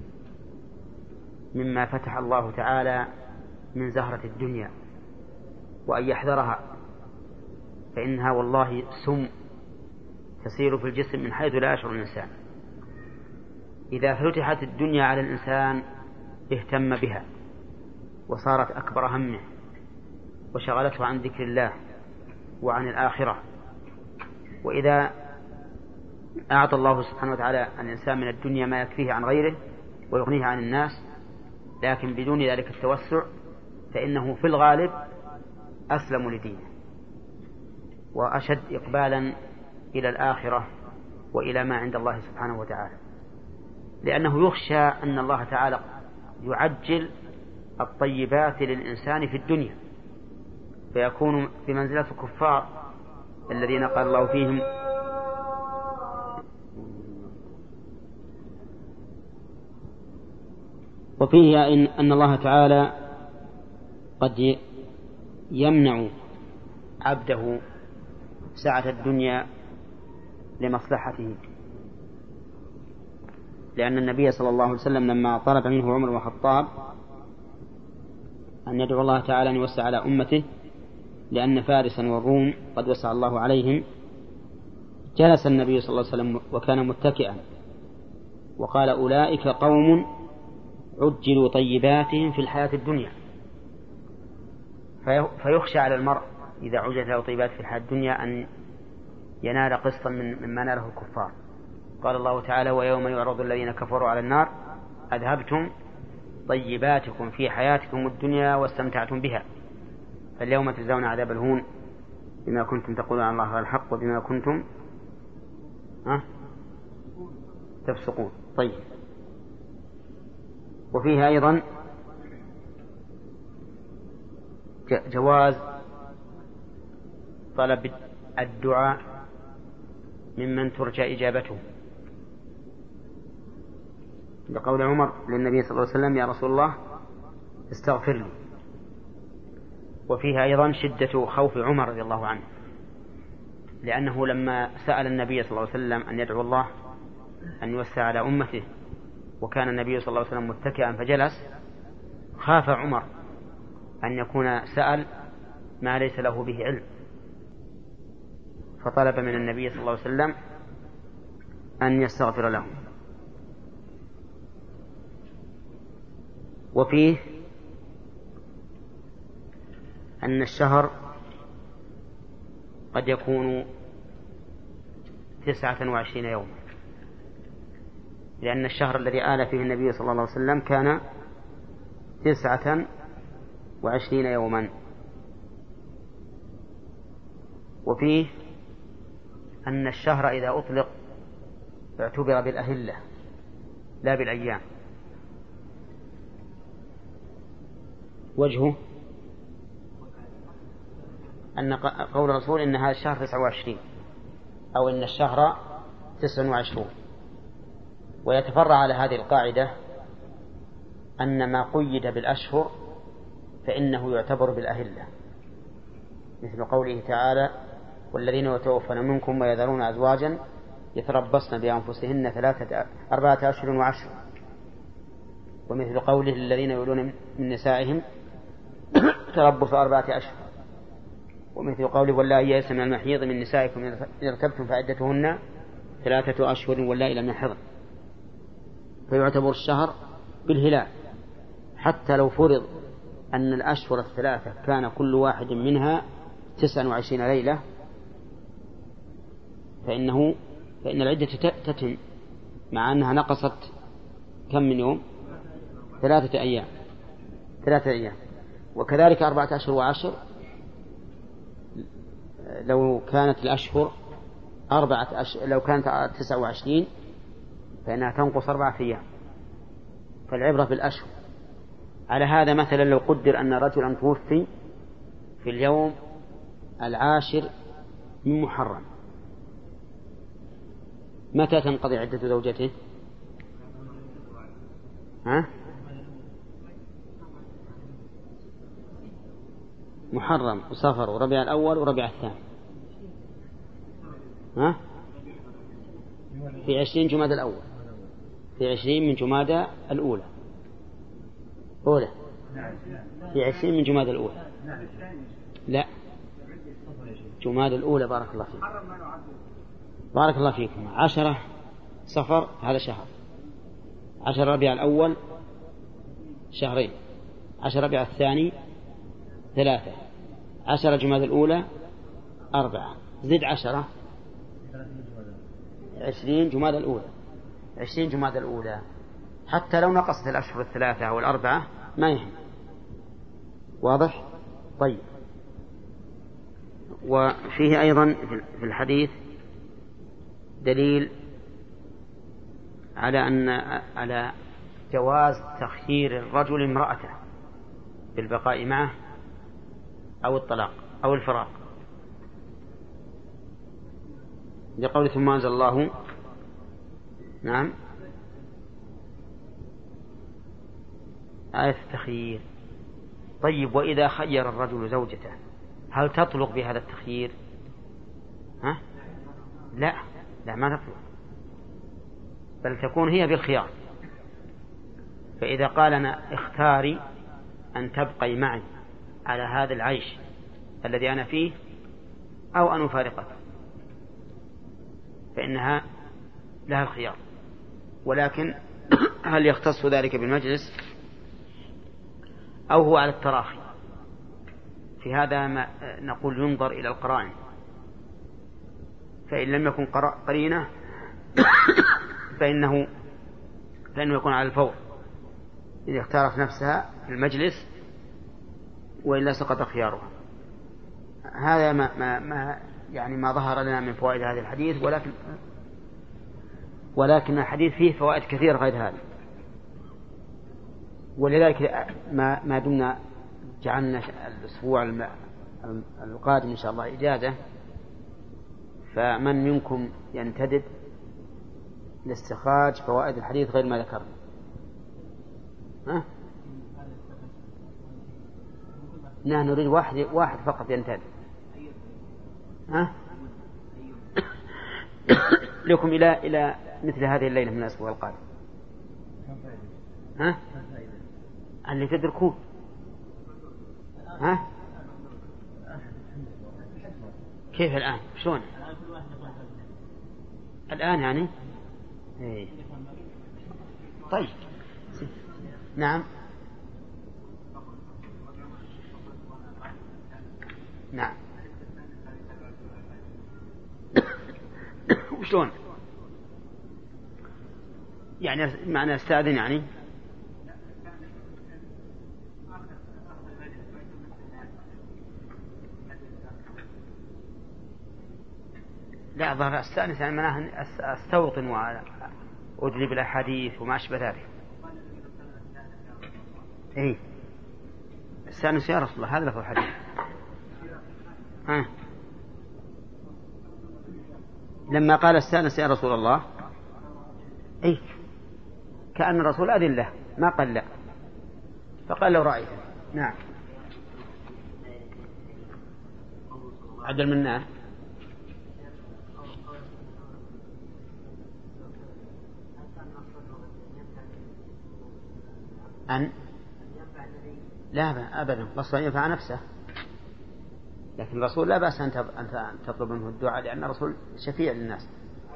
مما فتح الله تعالى من زهرة الدنيا، وأن يحذرها، فإنها والله سم تسير في الجسم من حيث لا يشعر الإنسان. إذا فتحت الدنيا على الإنسان اهتم بها وصارت أكبر همه وشغلته عن ذكر الله وعن الآخرة. وإذا أعطى الله سبحانه وتعالى الإنسان من الدنيا ما يكفيه عن غيره ويغنيه عن الناس، لكن بدون ذلك التوسع، فإنه في الغالب أسلم لدينه وأشد إقبالا إلى الآخرة وإلى ما عند الله سبحانه وتعالى، لأنه يخشى أن الله تعالى يعجل الطيبات للإنسان في الدنيا فيكون في منزلة الكفار الذين قال الله فيهم: وفيه إن, أن الله تعالى قد يمنع عبده سعة الدنيا لمصلحته، لأن النبي صلى الله عليه وسلم لما طلب منه عمر بن الخطاب أن يدعو الله تعالى أن يوسع على أمته لأن فارسا والروم قد وسع الله عليهم، جلس النبي صلى الله عليه وسلم وكان متكئا وقال: أولئك قوم عجلوا طيباتهم في الحياة الدنيا. فيخشى على المرء إذا عجلت له طيبات في الحياة الدنيا أن ينال قسطا من مما ناله الكفار. قال الله تعالى: ويوم يعرض الذين كفروا على النار أذهبتم طيباتكم في حياتكم الدنيا واستمتعتم بها فاليوم تجزون عذاب الهون بما كنتم تقولون عن الله الحق وبما كنتم ها تفسقون. طيب. وفيها أيضا جواز طلب الدعاء ممن ترجى إجابته، بقول عمر للنبي صلى الله عليه وسلم: يا رسول الله استغفر لي. وفيها أيضا شدة خوف عمر رضي الله عنه، لأنه لما سأل النبي صلى الله عليه وسلم أن يدعو الله أن يوسع على أمته وكان النبي صلى الله عليه وسلم متكئا فجلس، خاف عمر أن يكون سأل ما ليس له به علم، فطلب من النبي صلى الله عليه وسلم أن يستغفر له. وفيه أن الشهر قد يكون تسعة وعشرين يوما، لأن الشهر الذي آل فيه النبي صلى الله عليه وسلم كان تسعة وعشرين يوما. وفيه أن الشهر إذا أطلق اعتبر بالأهلة لا بالأيام. وجهه أن قول الرسول إن هذا الشهر تسعة وعشرين أو إن الشهر تسع وعشرون. ويتفرع على هذه القاعدة أن ما قيد بالأشهر فإنه يعتبر بالأهلة، مثل قوله تعالى: والذين يتوفون منكم ويذرون أزواجا يتربصن بأنفسهن ثلاثة أربعة أشهر وعشر. ومثل قوله: الذين يولون من نسائهم تربص أربعة أشهر. ومثل قوله: واللائي يئسن من المحيض من نسائكم إذا ارتبتم فعدتهن ثلاثة أشهر واللائي لم يحضن. فيعتبر الشهر بالهلال، حتى لو فرض أن الأشهر الثلاثة كان كل واحد منها تسع وعشرين ليلة فإنه فإن العدة تتم، مع أنها نقصت كم من يوم؟ ثلاثة أيام ثلاثة أيام. وكذلك أربعة أشهر وعشر، لو كانت الأشهر أربعة أشهر لو كانت تسع وعشرين فإنها تنقص أربعة أيام. فالعبرة بالأشهر. على هذا مثلا لو قدر أن رجلا توفي في اليوم العاشر من محرم، متى تنقضي عدة زوجته؟ ها؟ محرم وصفر وربيع الأول وربيع الثاني، ها؟ في عشرين جمادى الأول، في عشرين من جمادى الأولى أولى في عشرين من جمادى الأولى لا جمادى الأولى. بارك الله فيك بارك الله فيكم. عشرة صفر هذا شهر، عشر ربيع الأول شهرين، عشر ربيع الثاني ثلاثة، عشر جمادى الأولى أربعة، زد عشرة عشرين جمادى الأولى عشرين جمادى الأولى. حتى لو نقصت الأشهر الثلاثة أو الأربعة ما يهم. واضح؟ طيب. وفيه أيضا في الحديث دليل على أن على جواز تخيير الرجل امرأته بالبقاء معه أو الطلاق أو الفراق، لقول ثم أنزل الله نعم آية التخيير. طيب، وإذا خير الرجل زوجته هل تطلق بهذا التخيير؟ ها؟ لا لا ما تطلق، بل تكون هي بالخيار. فإذا قال أنا اختاري أن تبقي معي على هذا العيش الذي أنا فيه أو أن أفارقك فإنها لها الخيار. ولكن هل يختص ذلك بالمجلس أو هو على التراخي؟ في هذا ما نقول ينظر إلى القرائن، فإن لم يكن قرينة فإنه فإنه يكون على الفور إذا اختارت نفسها في المجلس، وإلا سقط خيارها. هذا ما, ما, ما يعني ما ظهر لنا من فوائد هذا الحديث، ولكن ولكن الحديث فيه فوائد كثيرة غير هذه. ولذلك ما ما دمنا جعلنا الأسبوع القادم إن شاء الله إجازة، فمن منكم ينتدب لاستخراج فوائد الحديث غير ما ذكرنا؟ ها؟ نحن نريد واحد واحد فقط ينتدب. ها؟ لكم إلى إلى مثل هذه الليلة من الأسبوع القادم. ها؟ اللي تدركون ها؟ كيف الآن؟ شلون؟ الآن يعني؟ إيه. طيب نعم نعم. وشلون؟ يعني معنى استاذن يعني؟ لا ظهر استأنس يعني معناه استوطن وأدلي بالأحاديث وما أشبه ذلك. إيه استأنس يا رسول الله، هذا لفظ الحديث. ها لما قال استأنس يا رسول الله، إيه كأن الرسول أذن له، ما قال لا، فقال لو رأيته. نعم. عدل منا أن لا أبدا الرسول ينفع نفسه، لكن الرسول لا بأس أن تطلب منه الدعاء، لأن الرسول شفيع للناس.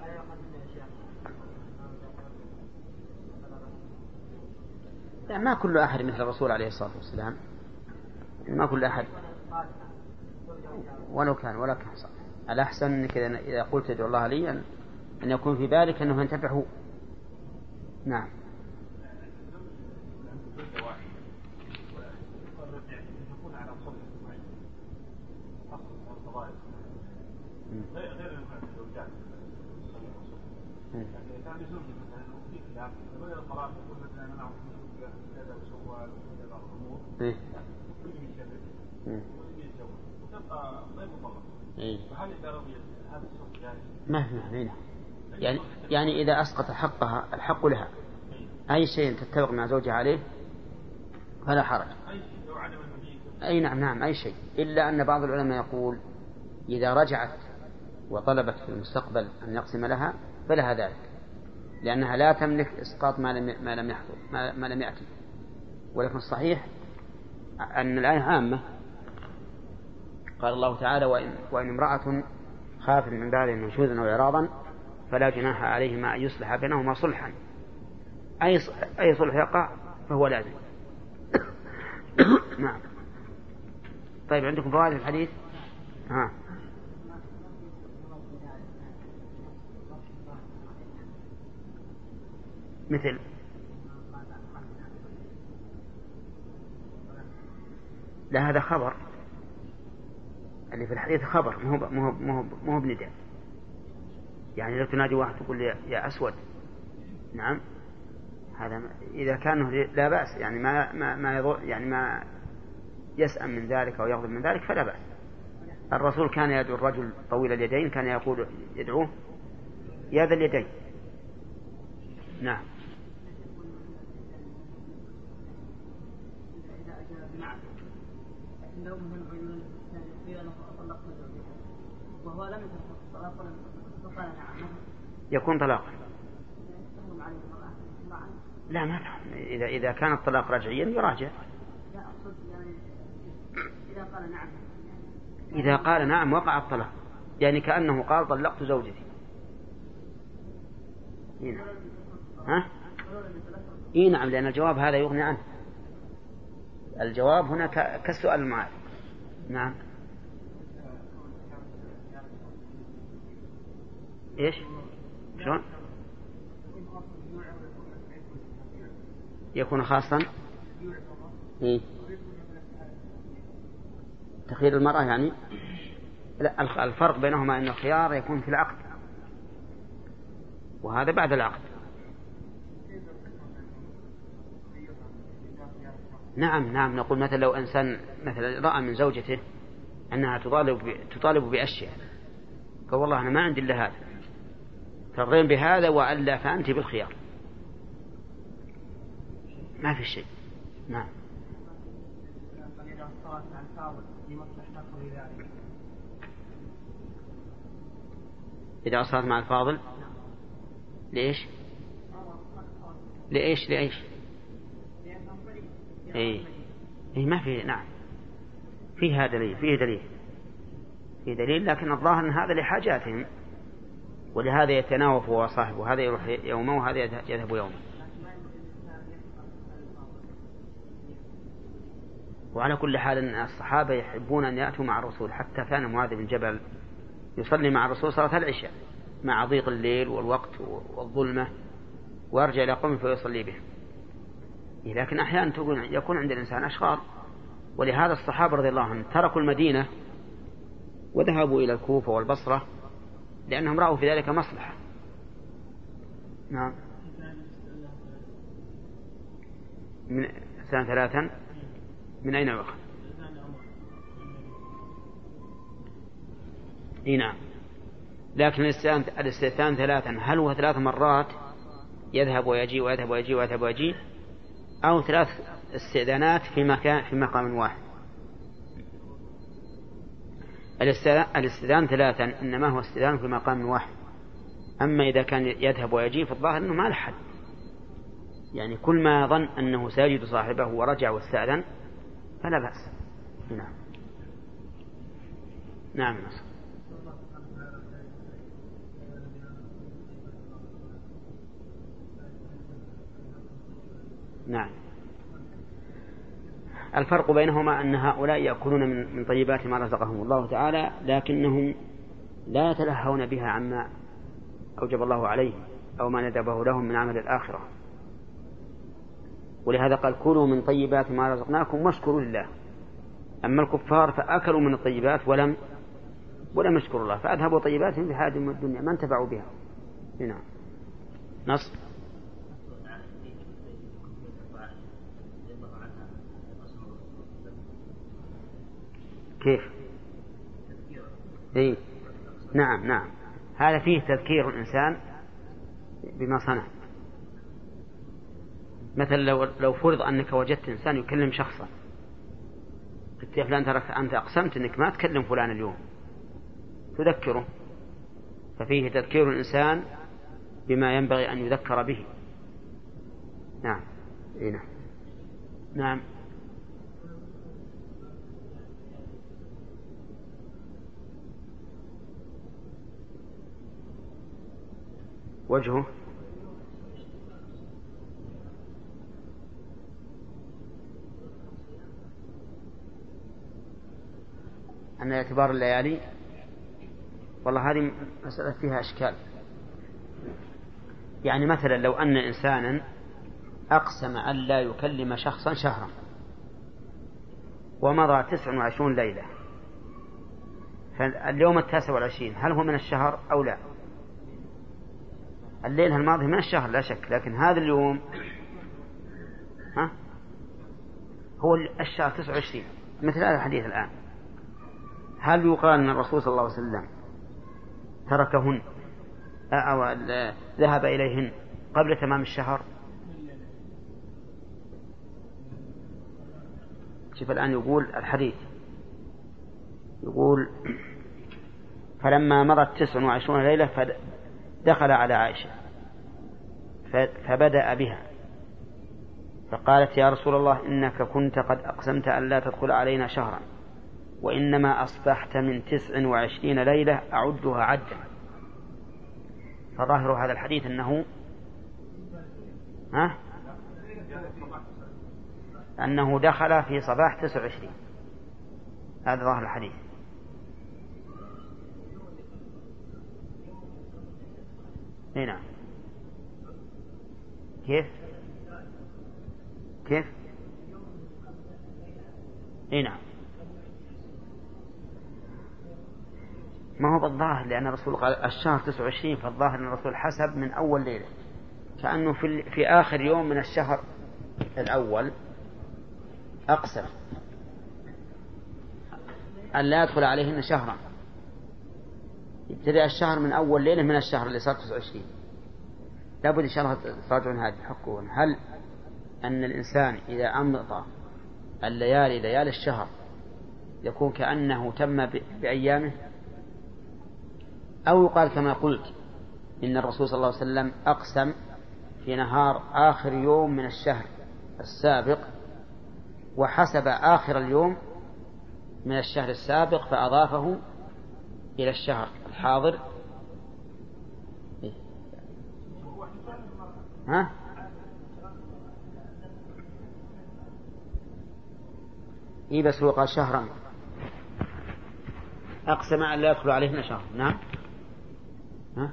يعني ما كل أحد مثل الرسول عليه الصلاة والسلام، ما كل أحد ولو كان ولا كان صح. الأحسن أنك إذا قلت ادعو الله لي أن يكون في بالك أنه ينتفع هو. نعم. إيه. إيه. ما في يعني يعني إذا أسقط حقها الحق لها أي شيء تتفق مع زوجها عليه فلا حرج. أي نعم نعم أي شيء، إلا أن بعض العلماء يقول إذا رجعت وطلبت في المستقبل أن يقسم لها فلها ذلك، لأنها لا تملك إسقاط ما لم ما لم يحصل ما, ما لم يأتي. ولكن الصحيح أن الآية عامة. قال الله تعالى وإن, وإن امرأة خافت من بعد نشوزا أو إعراضا فلا جناح عليهما أن يصلح بينهما صلحا. أي أي صلح يقع فهو لازم. نعم. طيب عندكم فوائد الحديث؟ ها مثل لا هذا خبر، اللي في الحديث خبر مو مو مو مو بنداء. يعني لو تنادي واحد تقول يا أسود، نعم هذا إذا كان لا بأس، يعني ما ما ما يضر، يعني ما يسأم من ذلك أو يغضب من ذلك فلا بأس. الرسول كان يدعو الرجل طويل اليدين، كان يقول يدعوه يا ذا اليدين. نعم. وهو لم يكون طلاقا. لا ما فهم. إذا إذا كان الطلاق رجعيا يراجع. لا أقصد يعني إذا قال نعم. إذا قال نعم وقع الطلاق، يعني كأنه قال طلقت زوجتي. هنا. ها؟ إيه نعم، لأن الجواب هذا يغني عنه. الجواب هنا كالسؤال المعارض. نعم. إيش؟ شلون؟ يكون خاصا. إيه؟ تخيير المرأة يعني. لا الفرق بينهما أن الخيار يكون في العقد وهذا بعد العقد. نعم نعم. نقول مثلا لو إنسان مثلا رأى من زوجته أنها تطالب تطالب بأشياء قال والله أنا ما عندي إلا هذا، ترضين بهذا وألا فأنت بالخيار، ما في شيء. نعم. إذا أصلت مع الفاضل ليش؟ لإيش لإيش؟ إيه إيه ما في. نعم فيها دليل فيه دليل فيه دليل لكن الظاهر أن هذا لحاجاتهم، ولهذا يتناوف هو صاحبه، هذا يروح يومه وهذا يذهب يومه. وعلى كل حال الصحابة يحبون أن يأتوا مع الرسول، حتى كان معاذ بن جبل يصلي مع الرسول صلاة العشاء مع ضيق الليل والوقت والظلمة، ويرجع إلى قوم فيصلي بهم. لكن أحيانا يكون عند الإنسان أشغال، ولهذا الصحابة رضي الله عنهم تركوا المدينة وذهبوا إلى الكوفة والبصرة لأنهم رأوا في ذلك مصلحة. نعم. من سنة ثلاثا من أين يؤخذ؟ إيه نعم. لكن الاستئذان ثلاثا هل هو ثلاث مرات يذهب ويجي ويذهب ويجي ويذهب ويجي، أو ثلاث استئذانات في مكان في مقام واحد؟ الاستئذان ثلاثا إنما هو استئذان في مقام واحد. أما إذا كان يذهب ويجي فالظاهر أنه ما لحد، يعني كل ما ظن أنه سيجد صاحبه ورجع واستأذن فلا بأس. نعم. نعم نصر. نعم. الفرق بينهما أن هؤلاء يأكلون من من طيبات ما رزقهم الله تعالى، لكنهم لا يتلهون بها عما أوجب الله عليهم أو ما ندبه لهم من عمل الآخرة. ولهذا قال كلوا من طيبات ما رزقناكم واشكروا لله. أما الكفار فأكلوا من الطيبات ولم ولم يشكروا الله، فأذهبوا طيباتهم بحاجة من الدنيا ما انتفعوا بها. هنا نص. كيف؟ إيه؟ نعم نعم، هذا فيه تذكير الإنسان بما صنع. مثلا لو لو فرض أنك وجدت إنسان يكلم شخصا، قلت يا فلان ترى أنت أقسمت أنك ما تكلم فلان اليوم، تذكره، ففيه تذكير الإنسان بما ينبغي أن يذكر به. نعم. إيه نعم. نعم. وجهه أن اعتبار الليالي، والله هذه مسألة فيها أشكال. يعني مثلا لو أن إنسانا أقسم أن لا يكلم شخصا شهرا ومضى تسع وعشرون ليلة، فاليوم التاسع والعشرين هل هو من الشهر أو لا؟ الليلة الماضية من الشهر لا شك، لكن هذا اليوم ها هو الشهر تسع وعشرين، مثل هذا الحديث الآن. هل يقال أن الرسول صلى الله عليه وسلم تركهن أو ذهب إليهن قبل تمام الشهر؟ شوف الآن يقول الحديث، يقول فلما مضت تسع وعشرون ليلة دخل على عائشة فبدأ بها فقالت يا رسول الله إنك كنت قد أقسمت أن لا تدخل علينا شهرا، وإنما أصبحت من تسع وعشرين ليلة أعدها عدا. فظاهر هذا الحديث أنه ها أنه دخل في صباح تسع وعشرين، هذا ظاهر الحديث. هنا كيف كيف هنا ما هو بالظاهر، لأن الرسول قال الشهر تسع وعشرين، فالظاهر أن الرسول حسب من أول ليلة، كأنه في في آخر يوم من الشهر الأول أقسم أن لا يدخل عليهن شهرا، يبتدأ الشهر من أول ليلة من الشهر اللي صار تسع وعشرين. لابد إن شاء الله تراجعون هذه الحقوق. هل أن الإنسان إذا أمضى الليالي ليالي الشهر يكون كأنه تم بأيامه، أو يقال كما قلت إن الرسول صلى الله عليه وسلم أقسم في نهار آخر يوم من الشهر السابق وحسب آخر اليوم من الشهر السابق فأضافه إلى الشهر الحاضر. ها؟ إيه بس هو قال شهرا، أقسم أن لا يدخل عليهن شهر. نعم. ها؟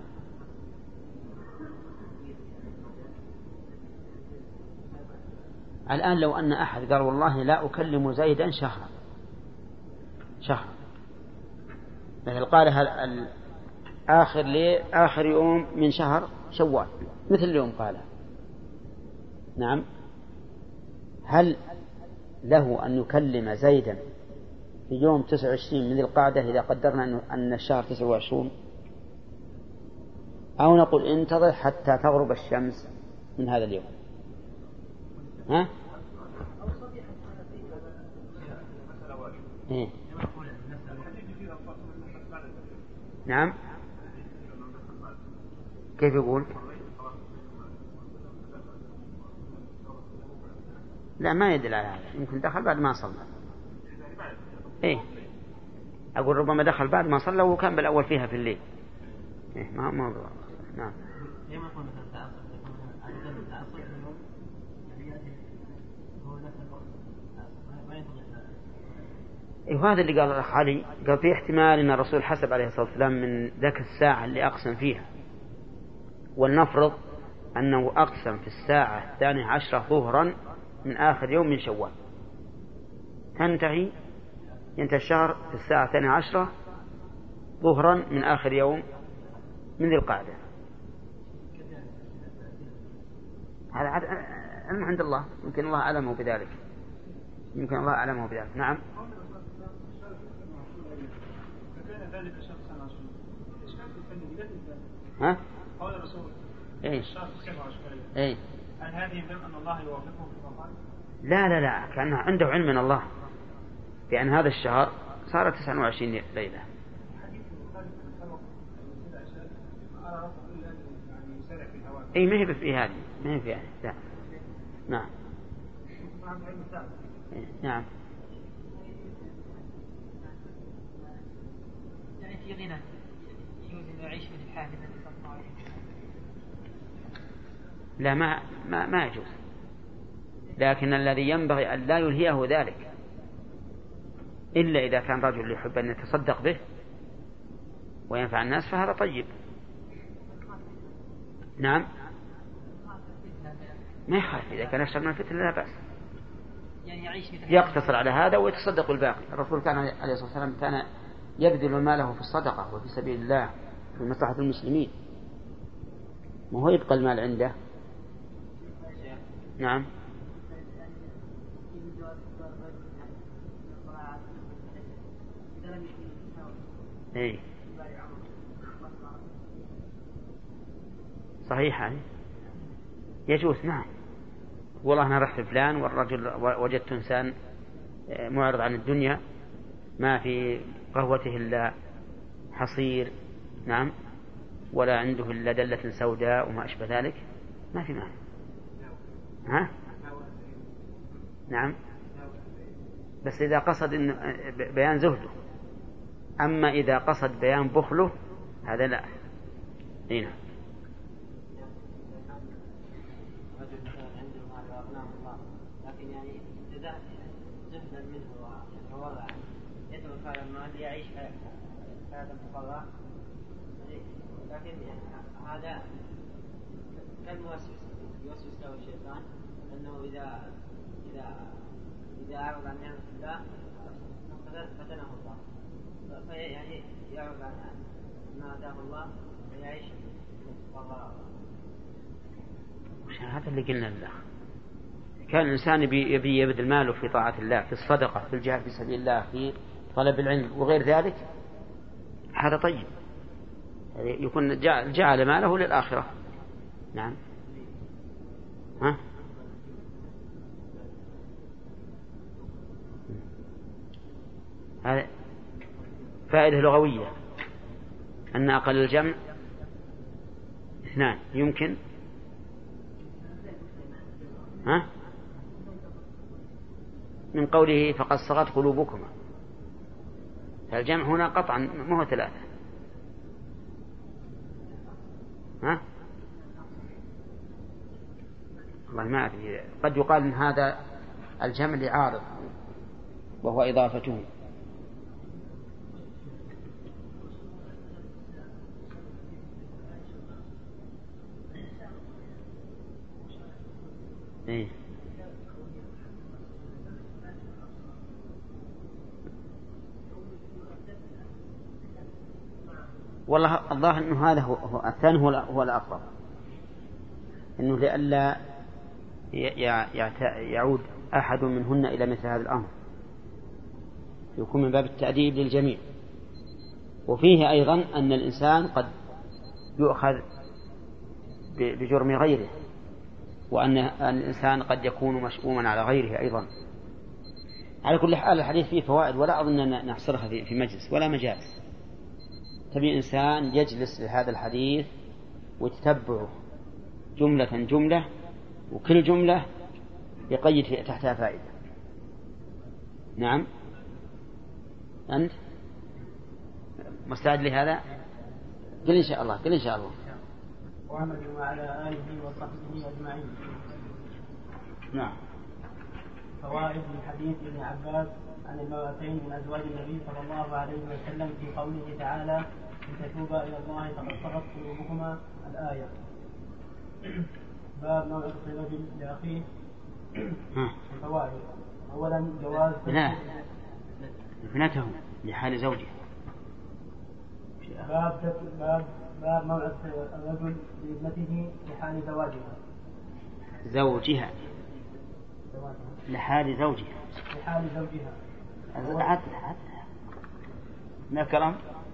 الآن لو أن أحد قال والله لا أكلم زيدا شهرا شهر، مثل قالها آخر لي آخر يوم من شهر شوال مثل اليوم قالها، نعم، هل له أن يكلم زيدا في يوم تسعة وعشرين من ذي القعدة إذا قدرنا أن الشهر تسعة وعشرين، أو نقول انتظر حتى تغرب الشمس من هذا اليوم؟ ها؟ إيه؟ نعم. كيف يقول؟ لا ما يدل على هذا، يمكن دخل بعد ما صلى. إيه أقول ربما دخل بعد ما صلى وكان بالأول فيها في الليل. إيه ما موضوع. نعم. إيه هذا اللي قال الأخ علي، قال في احتمال أن الرسول حسب عليه الصلاة والسلام من ذاك الساعة اللي أقسم فيها، ولنفرض أنه أقسم في الساعة الثانية عشرة ظهرا من آخر يوم من شوال، تنتهي ينتهي الشهر في الساعة الثانية عشرة ظهرا من آخر يوم من ذي القعدة. هذا علم عند الله، يمكن الله أعلمه بذلك، يمكن الله أعلمه بذلك. نعم. ها؟ قول الرسول إيه؟ إيه؟ هل هذه يدل أن الله يوافقه في مقال؟ لا لا لا، كان عنده علم من الله بأن هذا الشهر صار تسعة وعشرين ليلة. أي ما هي في هذه، ما هي في هذه. لا. نعم. نعم. يعني في غنى يجوز أن يعيش في الحال التي صلى عليه. لا ما ما ما يجوز، لكن الذي ينبغي أن لا يلهيه ذلك إلا إذا كان رجل يحب أن يتصدق به وينفع الناس فهذا طيب. نعم. ما يخاف إذا كان يشرب من الفتنة لا بأس، يقتصر على هذا ويتصدق الباقي. الرسول كان عليه الصلاة والسلام كان يبذل ماله في الصدقة وفي سبيل الله في مصلحة المسلمين، ما هو يبقى المال عنده. نعم. اي صحيح هذه يجوز. نعم. والله أنا رحت فلان والرجل وجدت إنسان معرض عن الدنيا ما في قهوته إلا حصير، نعم، ولا عنده إلا دلة سوداء وما أشبه ذلك، ما في معنى. ها؟ نعم. بس إذا قصد إن بيان زهده، أما إذا قصد بيان بخله هذا لا. هنا لكن يعني إذا زهدا منه ووضع يترك هذا المال يعيش حياة مقررة، لكن هذا كالموسوس يوسوس له الشيطان أنه إذا إذا إذا أعرض عن نعمة الله فتنه الله، فيعني يعرض عن ما أتاه الله ويعيش مقررة. هذا اللي قلنا له، كان الإنسان يبي يبذل ماله في طاعة الله، في الصدقة، في الجهاد في سبيل الله، في طلب العلم وغير ذلك، هذا طيب، يكون جعل ماله للآخرة. نعم. ها؟ هذا فائدة لغوية أن أقل الجمع اثنان يمكن. ها؟ من قوله فقد صغت قلوبكما، الجمع هنا قطعا ما هو ثلاثة. ها؟ والله ما أدري، قد يقال إن هذا الجمع لعارض وهو إضافته. إيه؟ والله الظاهر أنه هذا هو, هو الثاني هو, هو الأقرب، أنه لئلا يعود أحد منهن إلى مثل هذا الأمر، يكون من باب التأديب للجميع. وفيه أيضا أن الإنسان قد يؤخذ بجرم غيره، وأن الإنسان قد يكون مشؤوما على غيره أيضا. على كل حال الحديث فيه فوائد، ولا أظن أن نحصرها في مجلس ولا مجالس. تبي إنسان يجلس لهذا الحديث ويتتبعه جملة جملة، وكل جملة يقيد تحتها فائدة. نعم، أنت مستعد لهذا؟ قل إن شاء الله، قل إن شاء الله. وعمل وعلى آله وصحبه أجمعين. نعم. فوائد من حديث ابن عباس عن المرأتين من أزواج النبي صلى الله عليه وسلم في قوله تعالى: إن تتوبا إلى الله فقد صغت قلوبكما، الآية. باب موعظة الرجل لأخيه. الفوائد: أولا جواز لا ابنته لحال زوجها. باب باب باب موعظة الرجل لابنته لحال زواجها. زوجها لحال زوجها لحال زوجها. عدل عدل ما كلام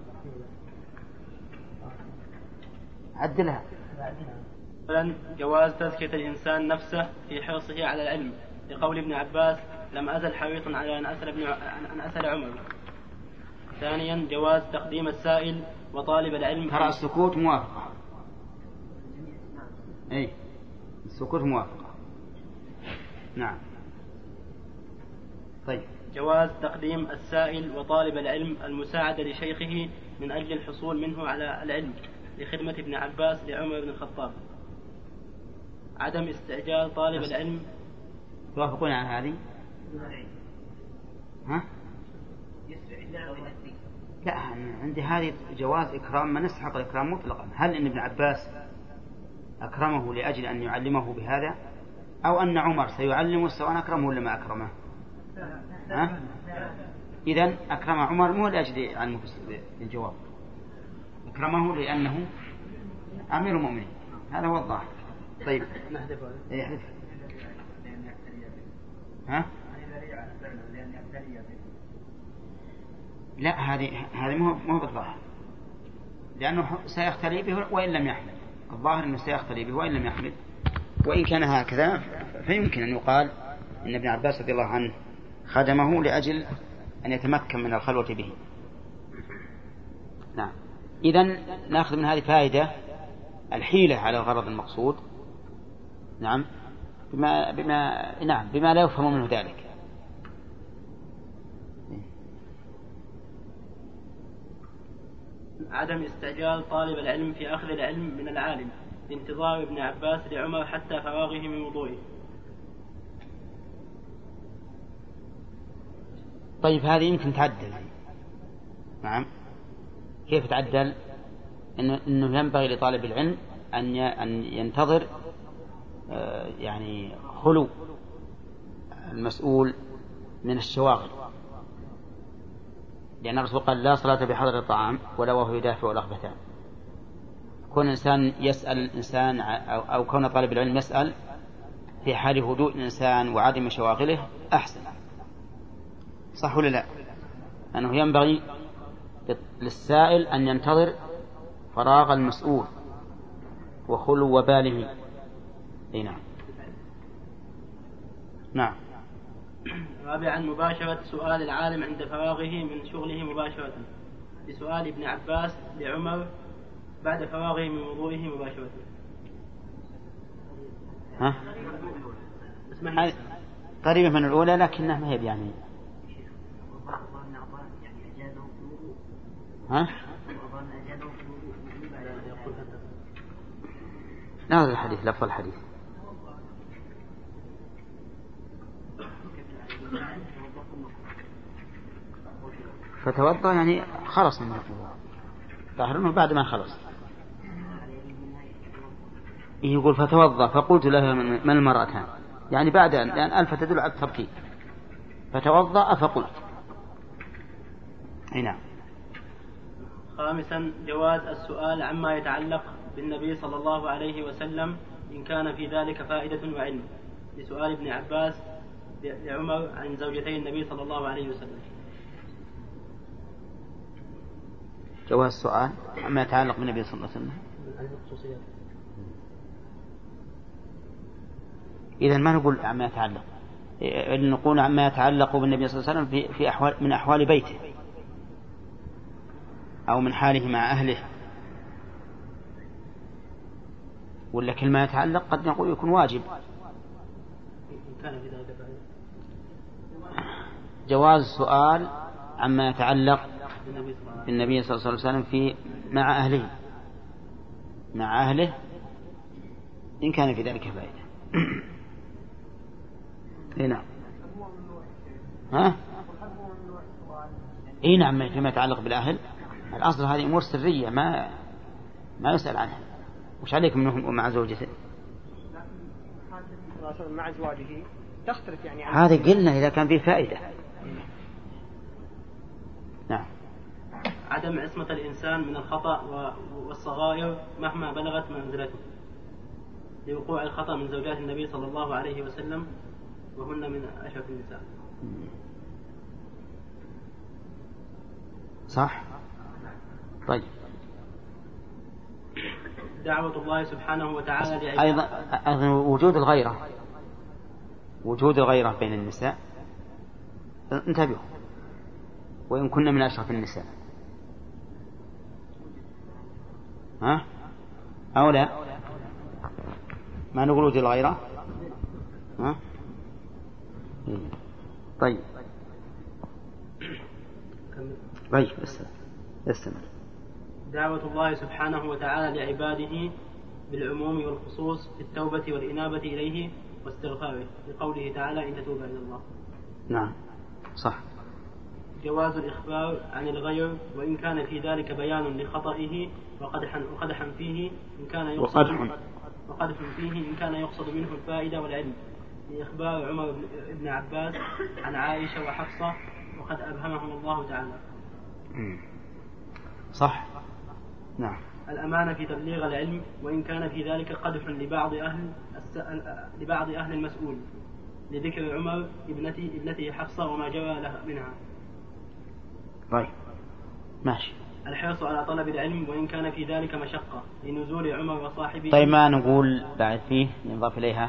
عدلها. مثلا جواز تزكية الإنسان نفسه في حرصه على العلم، لقول ابن عباس: لم أزل حريصا على أن أسأل, ابن أن أسأل عمر. ثانيا جواز تقديم السائل وطالب العلم. ترى السكوت موافقة. أي السكوت موافقة. نعم. طيب. جواز تقديم السائل وطالب العلم المساعدة لشيخه من أجل الحصول منه على العلم، لخدمة ابن عباس لعمر بن الخطاب. عدم استعجال طالب بس. العلم. توافقون على هذه؟ ها؟ لا، عندي هذه جواز إكرام من يستحق الإكرام مطلقا. هل إن ابن عباس أكرمه لأجل أن يعلمه بهذا، أو أن عمر سيعلمه سواء أكرمه ولا ما أكرمه؟ ها؟ إذن أكرم عمر مو لأجل علمه بالجواب، أكرمه لأنه أمير المؤمنين. هذا هو الظاهر. طيب. يحدث. ها؟ لا، هذه هذه مو مو بالظاهر، لأنه سيختلي به وإن لم يحمل. الظاهر أنه سيختلي به وإن لم يحمل. وإن كان هكذا فيمكن أن يقال إن ابن عباس رضي الله عنه خدمه لأجل أن يتمكن من الخلوة به. نعم. إذن نأخذ من هذه فائدة الحيلة على الغرض المقصود. نعم. بما بما نعم بما لا يفهم منه ذلك. عدم استعجال طالب العلم في أخذ العلم من العالم، لانتظار ابن عباس لعمر حتى فراغه من وضوئه. طيب، هذه يمكن تعدل. نعم. كيف تعدل؟ إنه, إنه ينبغي لطالب العلم أن أن ينتظر يعني خلو المسؤول من الشواغل، لأن الرسول قال: لا صلاة بحضر الطعام ولا وهو يدافع الأخبثان. كون الإنسان يسأل الإنسان أو كون طالب العلم يسأل في حال هدوء الإنسان وعدم شواغله أحسن. صح ولا لا؟ أنه ينبغي للسائل أن ينتظر فراغ المسؤول وخلو وباله. نعم. نعم. رابعا مباشرة سؤال العالم عند فراغه من شغله مباشرة، بسؤال ابن عباس لعمر بعد فراغه من وضوئه مباشرة. ها؟ قريبة من الأولى لكنها ما هي يعني ها؟ هذا الحديث لفظ الحديث. فتوضأ يعني خلص من الوضوء، ظاهر أنه بعد ما خلص. يقول فتوضأ فقلت لها من المرأتان، يعني بعد أن، لأن ألف تدل على الترتيب، فتوضأ فقلت. هنا خامسا جواز السؤال عما يتعلق بالنبي صلى الله عليه وسلم إن كان في ذلك فائدة وعلم، لسؤال ابن عباس لعمر عن زوجتي النبي صلى الله عليه وسلم. جواز السؤال عما يتعلق بالنبي صلى الله عليه وسلم. إذن ما نقول عما يتعلق، نقول عما يتعلق بالنبي صلى الله عليه وسلم في, في أحوال من أحوال بيته أو من حاله مع أهله، ولا كل ما يتعلق قد نقول يكون واجب. جواز السؤال عما يتعلق بالنبي صلى الله عليه وسلم في مع أهله مع أهله إن كان في ذلك فائدة. هنا ها إيه نعم، فيما يتعلق بالأهل الأصل هذه أمور سرية ما ما يسأل عنها. وش عليك منهم مع زوجته؟ مع زواجه تختلف يعني. هذه قلنا إذا كان فيه فائدة. نعم. عدم عصمة الإنسان من الخطأ والصغائر مهما بلغت منزلته، لوقوع الخطأ من زوجات النبي صلى الله عليه وسلم وهن من أشرف النساء. صح. طيب. دعوة الله سبحانه وتعالى أيضا أيضا وجود الغيرة، وجود الغيرة بين النساء، انتبهوا، وإن كنا من أشرف النساء ها أو لا، ما نقول وجود الغيرة ها. طيب طيب استمر. دعوة الله سبحانه وتعالى لعباده بالعموم والخصوص في التوبة والإنابة إليه واستغفاره، لقوله تعالى إن تتوبا إلى الله. نعم صح. جواز الإخبار عن الغير وإن كان في ذلك بيان لخطئه وقدحا وقدحا فيه إن كان يقصد وقدح وقدح فيه إن كان يقصد منه الفائدة والعلم، لإخبار عمر بن عباس عن عائشة وحفصة وقد أبهمهم الله تعالى. صح. نعم. الأمانة في تبليغ العلم وإن كان في ذلك قدح لبعض أهل لبعض أهل المسؤول، لذكر عمر ابنتي ابنته حفصة وما جرى لها منها. طيب ماشي. الحرص على طلب العلم وإن كان في ذلك مشقة، لنزول عمر وصاحبه. طيب ما نقول بعد فيه نضاف إليها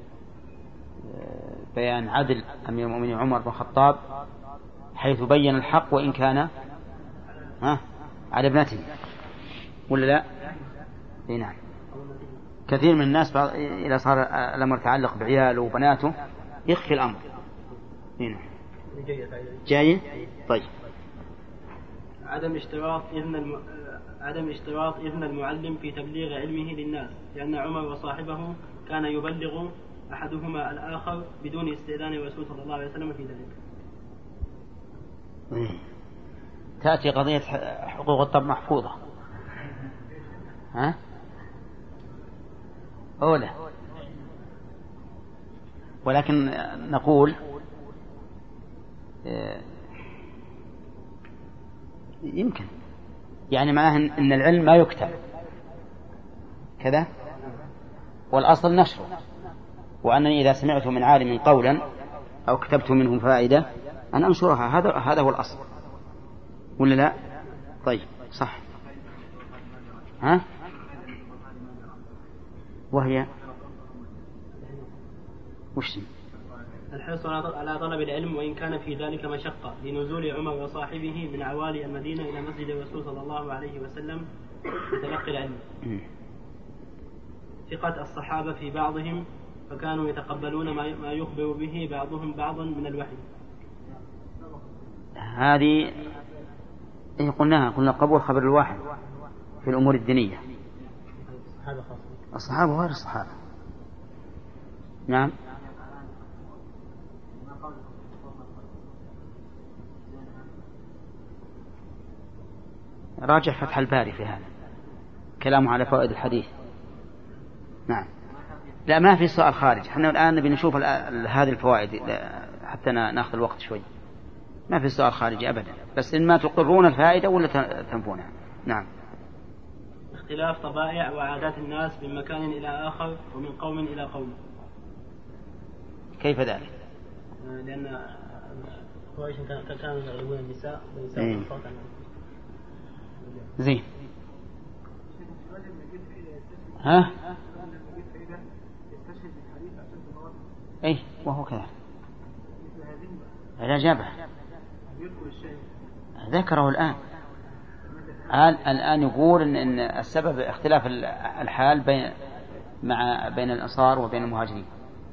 بيان عدل أمير المؤمنين عمر بن الخطاب حيث بين الحق وإن كان ها على ابنته، ولا لا؟ نعم. كثير من الناس إذا صار الأمر يتعلق بعياله وبناته يخفي الأمر. نعم. جاي. طيب. عدم اشتراط إذن الم... عدم اشتراط إذن المعلم في تبليغ علمه للناس، لأن عمر وصاحبه كان يبلغ أحدهما الآخر بدون استئذان الرسول صلى الله عليه وسلم في ذلك. تأتي قضية حقوق الطب محفوظة ها أولى، ولكن نقول يمكن يعني معناه أن العلم ما يكتب كذا، والأصل نشره، وأنني إذا سمعت من عالم قولا أو كتبت منه فائدة أن أنشرها، هذا هذا هو الأصل، ولا لا؟ طيب صح. ها وهي وش الحرص على طلب العلم وإن كان في ذلك مشقة، لنزول عمر وصاحبه من عوالي المدينة إلى مسجد الرسول صلى الله عليه وسلم لتلقي العلم. ثقة الصحابة في بعضهم فكانوا يتقبلون ما يخبر به بعضهم بعضا من الوحي. هذه إيه قلناها، قلنا قبول خبر الواحد في الأمور الدينية. الصحابة غير الصحابة. نعم. راجع فتح الباري في هذا كلامه على فوائد الحديث. نعم. لا ما في سؤال خارج، احنا الآن نبي نشوف هذه الفوائد حتى ناخذ الوقت شوي. ما في سؤال خارجي أبدا، بس إن ما تقرون الفائدة ولا تنفونها. نعم. اختلاف طبائع وعادات الناس من مكان إلى آخر ومن قوم إلى قوم. كيف ذلك؟ لأن قريش كانوا يغلبون النساء والنساء إيه. زين. ها؟ ايه وهو كذا لا جابه ذكره الآن. قال الآن يقول إن, إن السبب اختلاف الحال بين مع بين الأنصار وبين المهاجرين.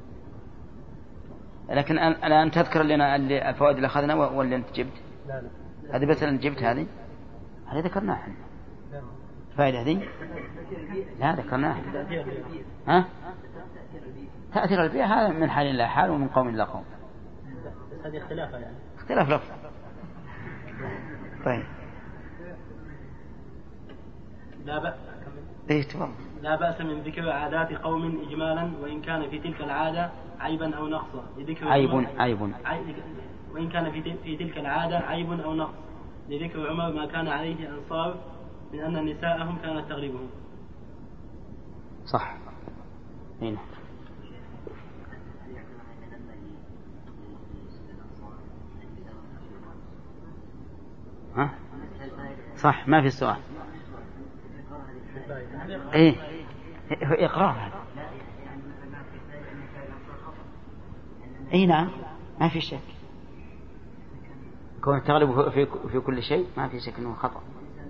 لكن الآن تذكر لنا الفوائد اللي أخذنا ولا أنت جبت؟ لا لا. هذه بس اللي جبت هذه هذه ذكرناها احنا. فائدة هذه لا ذكرناها. ها؟ تأثير البيئة هذا من حال إلى حال ومن قوم إلى قوم. هذه اختلافها يعني. اختلاف لفظ. طيب. لا بأس. إيه تفضل. لا بأس من ذكر عادات قوم إجمالا وإن كان في تلك العادة عيبا أو نقصا. لذكر عيب عيب. وإن كان في في تلك العادة عيب أو نقص. لذكر عمر ما كان عليه الأنصار من أن نساءهم كانت تغلبهم. صح. هنا. ها؟ صح ما في السؤال. ايه اقرار هذا. اي نعم ما في شك كون تغلب في في كل شيء ما في شك انه خطأ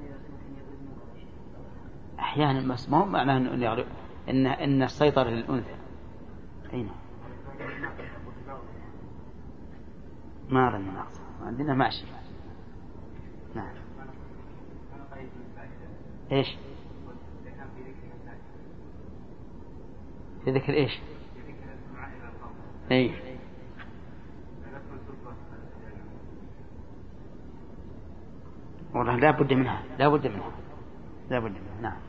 احيانا، بس ما هو معناه انه يغلب ان ان السيطرة للأنثى. اي نعم ما رأينا نقص عندنا ماشي. نعم. ايش في ذكر ايش؟ اي والله لا بد منها لا بد منها لا بد منها. نعم.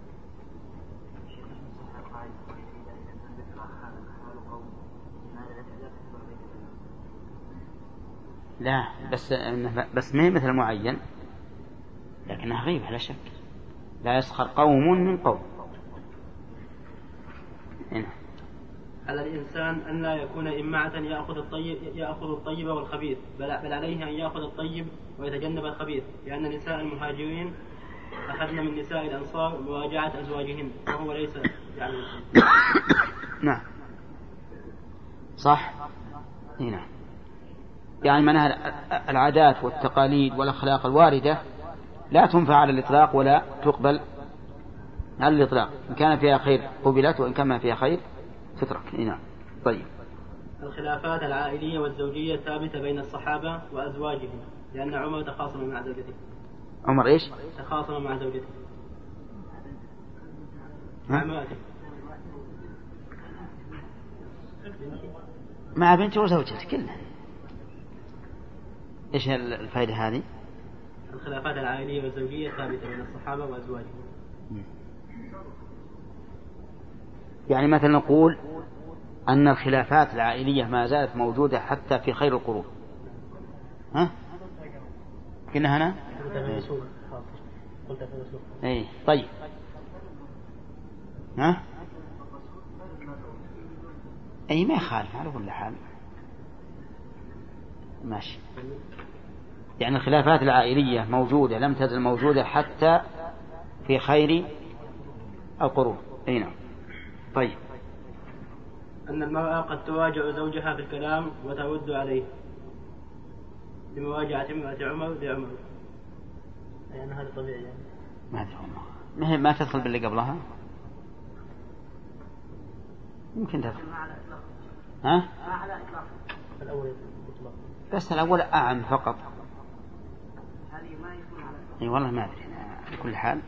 لا بس بس ما هي مثل معين لكنها غيبة لا شك. لا يسخر قوم من قوم. هنا. على الإنسان أن لا يكون إمعة يأخذ الطيب يأخذ الطيب والخبيث، بل بل عليه أن يأخذ الطيب ويتجنب الخبيث، لأن نساء المهاجرين أخذن من نساء الأنصار مواجعة أزواجهن وهو ليس يعني. نعم صح. هنا يعني معناها العادات والتقاليد والأخلاق الواردة لا تنفع على الإطلاق ولا تقبل على الإطلاق. إن كان فيها خير قبلت وإن كان ما فيها خير تترك. نعم. طيب. الخلافات العائلية والزوجية ثابتة بين الصحابة وأزواجهم، لأن عمر تخاصم مع زوجته. عمر إيش؟ تخاصم مع زوجته مع امرأته. مع بنته وزوجته كلها. إيش الفائدة هذه؟ الخلافات العائلية والزوجية ثابتة بين الصحابة وأزواجهم. يعني مثلا نقول أن الخلافات العائلية ما زالت موجودة حتى في خير القرون. ها؟ كنا هنا؟ ايه طيب. ها؟ اي ما يخالف على كل حال ماشي. يعني الخلافات العائلية موجودة لم تزل موجودة حتى في خير القرون. اي نعم. طيب. أن المرأة قد تواجع زوجها في الكلام وترد عليه لمواجهة امرأة عمر بعمر، يعني هذا طبيعي يعني. ما أدري والله ما تدخل باللي قبلها يمكن تدخل. ها؟ بس الأول أعم فقط. اي والله ما ادري على كل حال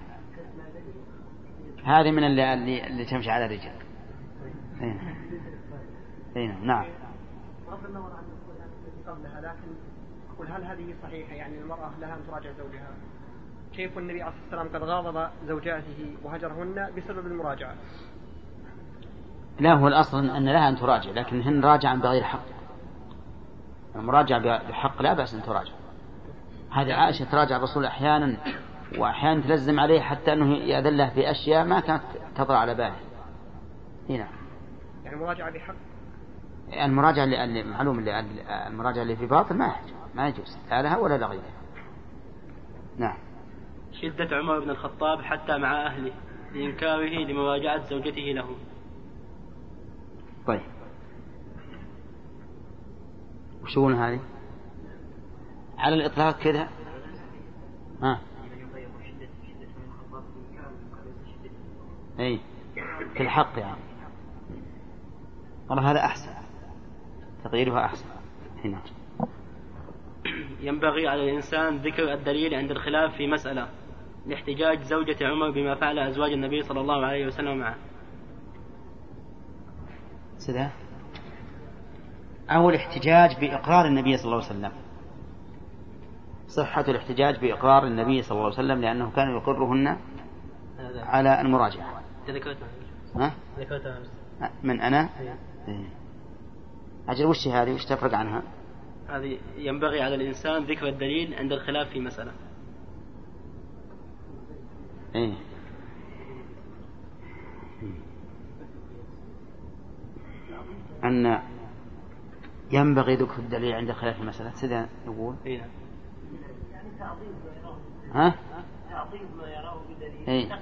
هذه من اللي اللي, اللي تمشي على الرجال. اي اي نعم. بغض النظر عن قبلها، لكن أقول هل هذه صحيحة؟ يعني المرأة لها أن تراجع زوجها، كيف النبي عليه الصلاة والسلام قد غاضب زوجاته وهجرهن بسبب المراجعة؟ لا، هو الأصل أن لها أن تراجع، لكن هن راجعا بغير حق. المراجعة بحق لا بأس أن تراجع. هذه عائشة تراجع الرسول أحيانا، وأحيانا تلزم عليه حتى أنه يأذن له في أشياء ما كانت تطرأ على باله. هنا يعني المراجعة بحق. المراجعة اللي معلوم اللي المراجعة اللي في باطل ما يحج ما يجوز لا لها ولا لغيرها. نعم. شدة عمر بن الخطاب حتى مع أهله لإنكاره لمراجعة زوجته له. طيب وشون هذه على الإطلاق كذا؟ ها أي في الحق يعني. والله هذا أحسن، تغييرها أحسن. هنا ينبغي على الإنسان ذكر الدليل عند الخلاف في مسألة لاحتجاج زوجة عمر بما فعل أزواج النبي صلى الله عليه وسلم معه. سده أو الاحتجاج بإقرار النبي صلى الله عليه وسلم، صحة الاحتجاج بإقرار النبي صلى الله عليه وسلم لأنه كان يقرهن على المراجعة. ها؟ من أنا؟ إيه. أجل وش هذه وش تفرق عنها؟ هذه ينبغي على الإنسان ذكر الدليل عند الخلاف في مسألة. إيه. أن ينبغي ذكر الدليل عند الخلاف في مسألة سيدا يقول. إيه. ها؟ تعظيم ما يراه بدليل. إيه.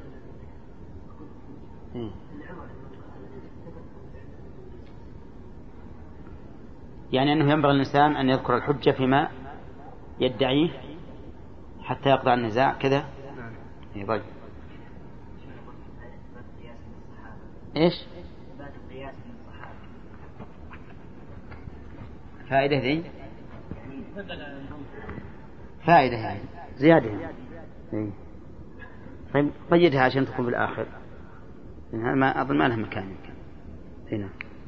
إيه. يعني أنه ينبغي الإنسان أن يذكر الحجة فيما يدعيه حتى يقضى النزاع كذا. إيه طيب. إيش؟ فائدة ذي فائدة يعني زيادة يعني. إيه. طيب قيدها عشان تكون بالآخر، ما أظن ما لها مكان. هنا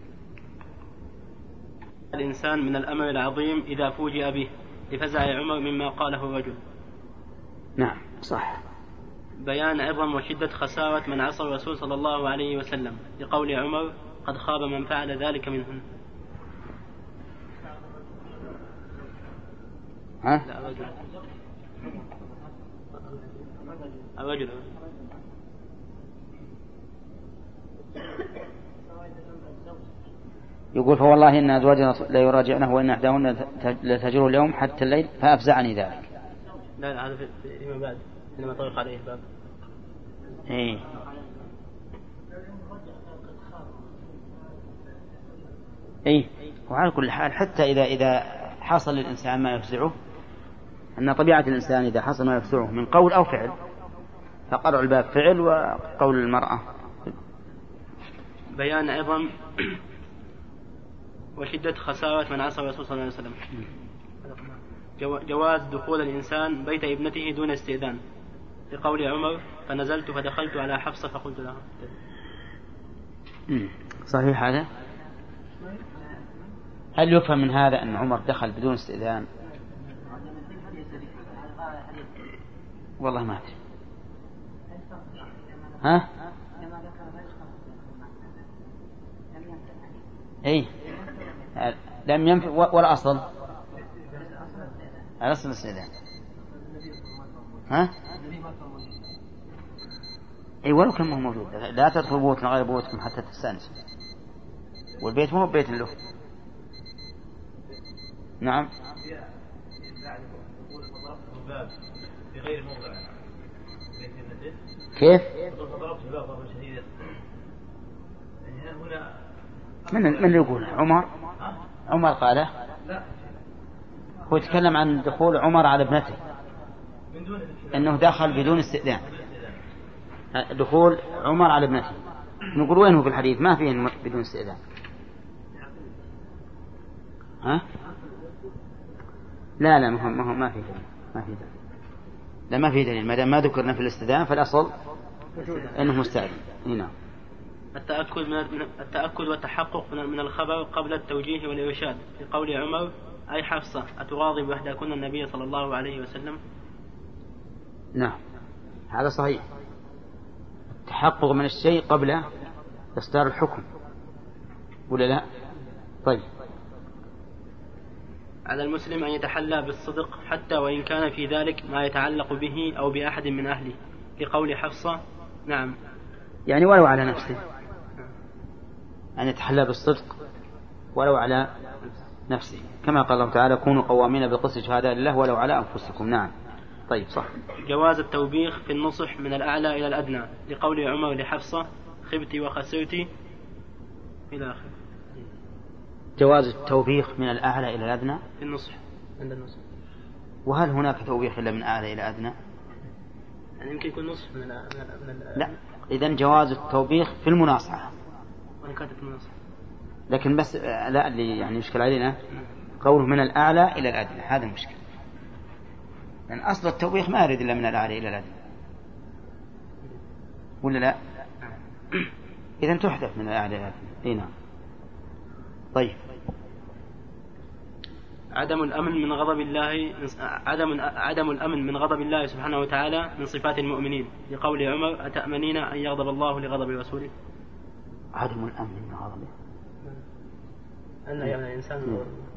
الإنسان من الأمر العظيم إذا فوجئ به لفزع عمر مما قاله الرجل. نعم صح. بيان عظم وشدة خسارة من عصى الرسول صلى الله عليه وسلم لقول عمر قد خاب من فعل ذلك منهم. ها؟ لا الرجل الرجل يقول فوالله إن أزواجنا لا يراجعنه وإن أحداهن لتجر اليوم حتى الليل فأفزعني ذلك. لا لا هذا فيما بعد حينما طرق عليه الباب. إيه. إيه. وعلى كل حال حتى إذا إذا حصل للإنسان ما يفزعه، أن طبيعة الإنسان إذا حصل ما يفزعه من قول أو فعل فقرع الباب فعل وقول المرأة. بيان عظم وشدة خسارة من عصى الرسول صلى الله عليه وسلم. جواز دخول الإنسان بيت ابنته دون استئذان لقول عمر فنزلت فدخلت على حفصة فقلت لها. صحيح هذا؟ هل يفهم من هذا أن عمر دخل بدون استئذان؟ والله ما أدري. ها؟ إيه لم ينفع ولا أصل الأصل الاستئذان. ها؟ إيه ولو كان موجود لا تدخل بيوتنا غير بيوتكم حتى تستأنسوا، والبيت مو بيت له. نعم. كيف؟ من من يقول عمر؟ عمر قاله. هو يتكلم عن دخول عمر على ابنته أنه دخل بدون استئذان. دخول عمر على ابنته نقول وين هو في الحديث؟ ما فيه بدون استئذان. ها؟ لا لا ما هو ما في ما في لا ما في دليل، ما دام ما ذكرنا في الاستئذان فالأصل أنه مستأذن. هنا التأكد من التأكد والتحقق من الخبر قبل التوجيه والإرشاد، في قول عمر: أي حفصة أتغاضب إحداكن النبي صلى الله عليه وسلم؟ نعم هذا صحيح، التحقق من الشيء قبل إصدار الحكم ولا لا؟ طيب. على المسلم أن يتحلى بالصدق حتى وإن كان في ذلك ما يتعلق به أو بأحد من أهله، لقول حفصة: نعم، يعني ولو على نفسه، أن يتحلى بالصدق ولو على نفسه، كما قال الله تعالى: كونوا قوامين بالقسط شهداء لله ولو على أنفسكم. نعم. طيب صح. جواز التوبيخ في النصح من الأعلى إلى الأدنى، لقول عمر لحفصة: خبت وخسرت إلى آخره. جواز التوبيخ من الأعلى إلى الأدنى في النصح، عند النصح. وهل هناك توبيخ إلا من أعلى إلى أدنى؟ يعني يمكن يكون نصح من ال من ال لا، إذن جواز التوبيخ في المناصحة، وإن كانت المناصحة. لكن بس لا، اللي يعني يشكل علينا قوله من الأعلى إلى الأدنى، هذا المشكلة، لأن يعني أصل التوبيخ ما يريد إلا من الأعلى إلى الأدنى، ولا لا؟ إذن تحذف من الأعلى إلى الأدنى. إيه نعم. طيب. عدم الأمن من غضب الله عدم عدم الأمن من غضب الله سبحانه وتعالى من صفات المؤمنين، لقول عمر: أتأمنين أن يغضب الله لغضب رسوله؟ عدم الأمن من غضبه أن يعني الإنسان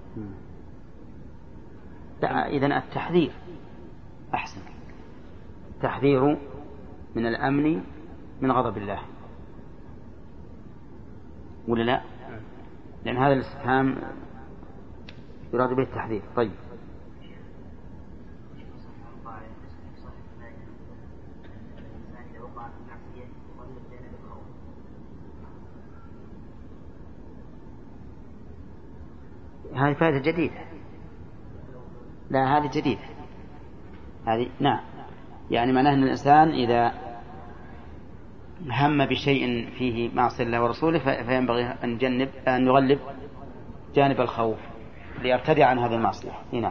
لا، إذن التحذير أحسن، تحذير من الأمن من غضب الله، ولا لا؟ لأن هذا الاستفهام يراد به التحذير. طيب. هذه فائدة جديدة. لا، هذه جديدة هذه. نعم، يعني معناه أن الإنسان إذا هم بشيء فيه معصية الله ورسوله فينبغي أن يجنب أن يغلب جانب الخوف ليرتدع عن هذه المعصية. نعم.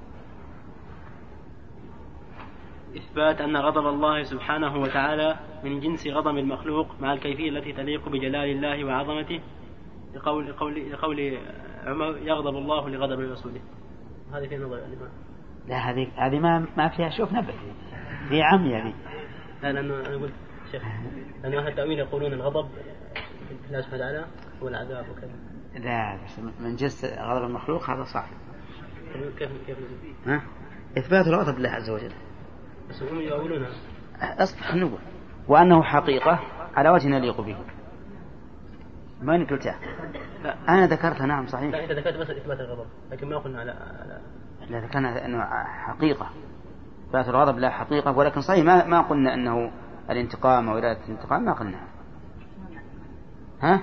إثبات أن غضب الله سبحانه وتعالى من جنس غضب المخلوق مع الكيفية التي تليق بجلال الله وعظمته، لقول لقول لقول عمر: يغضب الله لغضب رسوله. هذه في نظر الإمام. لا، هذه هذه ما ما فيها شوف نبه، هي عمية هذه. لا، لأنه أنا قلت شيخ، لأنه أهل التأويل يقولون الغضب الله سبحانه وتعالى هو العذاب وكذا. لا، بس من جنس غضب المخلوق هذا صح. كيف كيف ها؟ إثبات الغضب لله عز وجل. بس هم يقولون أصبح نقول وأنه حقيقة على وجه يليق به. ما نقولتها؟ لا، أنا ذكرتها. نعم صحيح. لا، أنت ذكرت بس إثبات الغضب، لكن ما قلنا على على لا، ذكرنا أنه حقيقة، إثبات الغضب لا حقيقة، ولكن صحيح ما ما قلنا أنه الانتقام أو إرادة الانتقام، ما قلنا. ها؟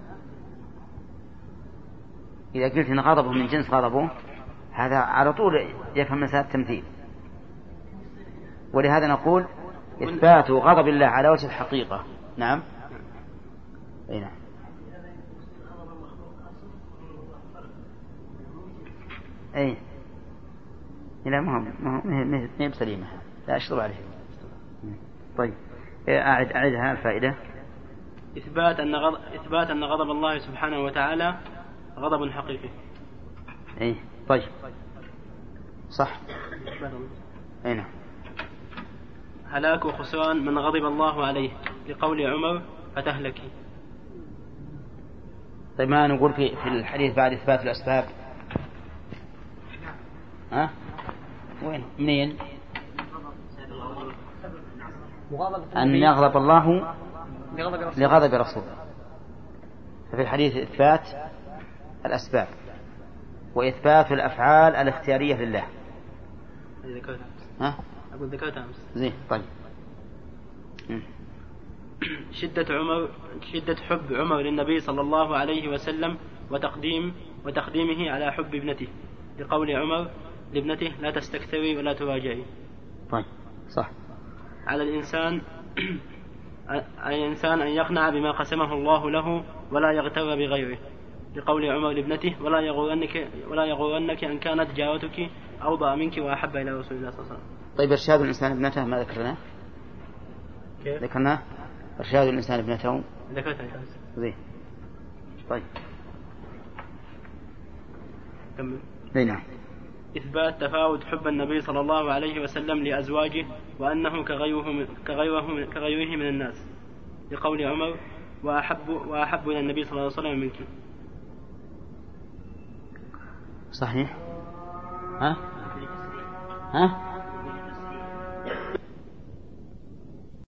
إذا قلت إن غضبه من جنس غضبه هذا على طول يفهم مسألة التمثيل، ولهذا نقول إثبات غضب الله على وجه الحقيقة. نعم. أي نعم. أي لا، مهم مهم مهم سليمة، لا أشرب عليه. طيب أعد أعدها الفائدة. إثبات أن غضب إثبات أن غضب الله سبحانه وتعالى غضب حقيقي. أي طيب صح. أي نعم. هلاك وخسران من غضب الله عليه، لقول عمر: فتهلكي. طيب ما نقول في في الحديث بعد إثبات الأسباب؟ ها؟ وين منين؟ أن يغضب الله لغضب رسوله، ففي الحديث إثبات الأسباب وإثبات الأفعال الاختيارية لله. ها؟ أقول ذكرت أمس. زين. طيب. شدة عمر شدة حب عمر للنبي صلى الله عليه وسلم وتقديم وتقديمه على حب ابنته، لقول عمر لابنته: لا تستكثري ولا تراجعي. طيب صح. على الإنسان على الإنسان أن يقنع بما قسمه الله له ولا يغتر بغيره، لقول عمر لابنته ولا يغرنك ولا يغرنك أن كانت جارتك أوضع منك وأحب إلى رسول الله صلى الله عليه وسلم. طيب إرشاد الإنسان ابنته ما ذكرناه؟ كيف؟ ذكرناه إرشاد الإنسان ابنته. ذكرتها. زين. طيب. كمل. نعم. إثبات تفاوت حب النبي صلى الله عليه وسلم لأزواجه وأنه كغيره كغيره كغيره من الناس لقول عمر وأحب وأحب إلى النبي صلى الله عليه وسلم منك. صحيح. ها؟ ها؟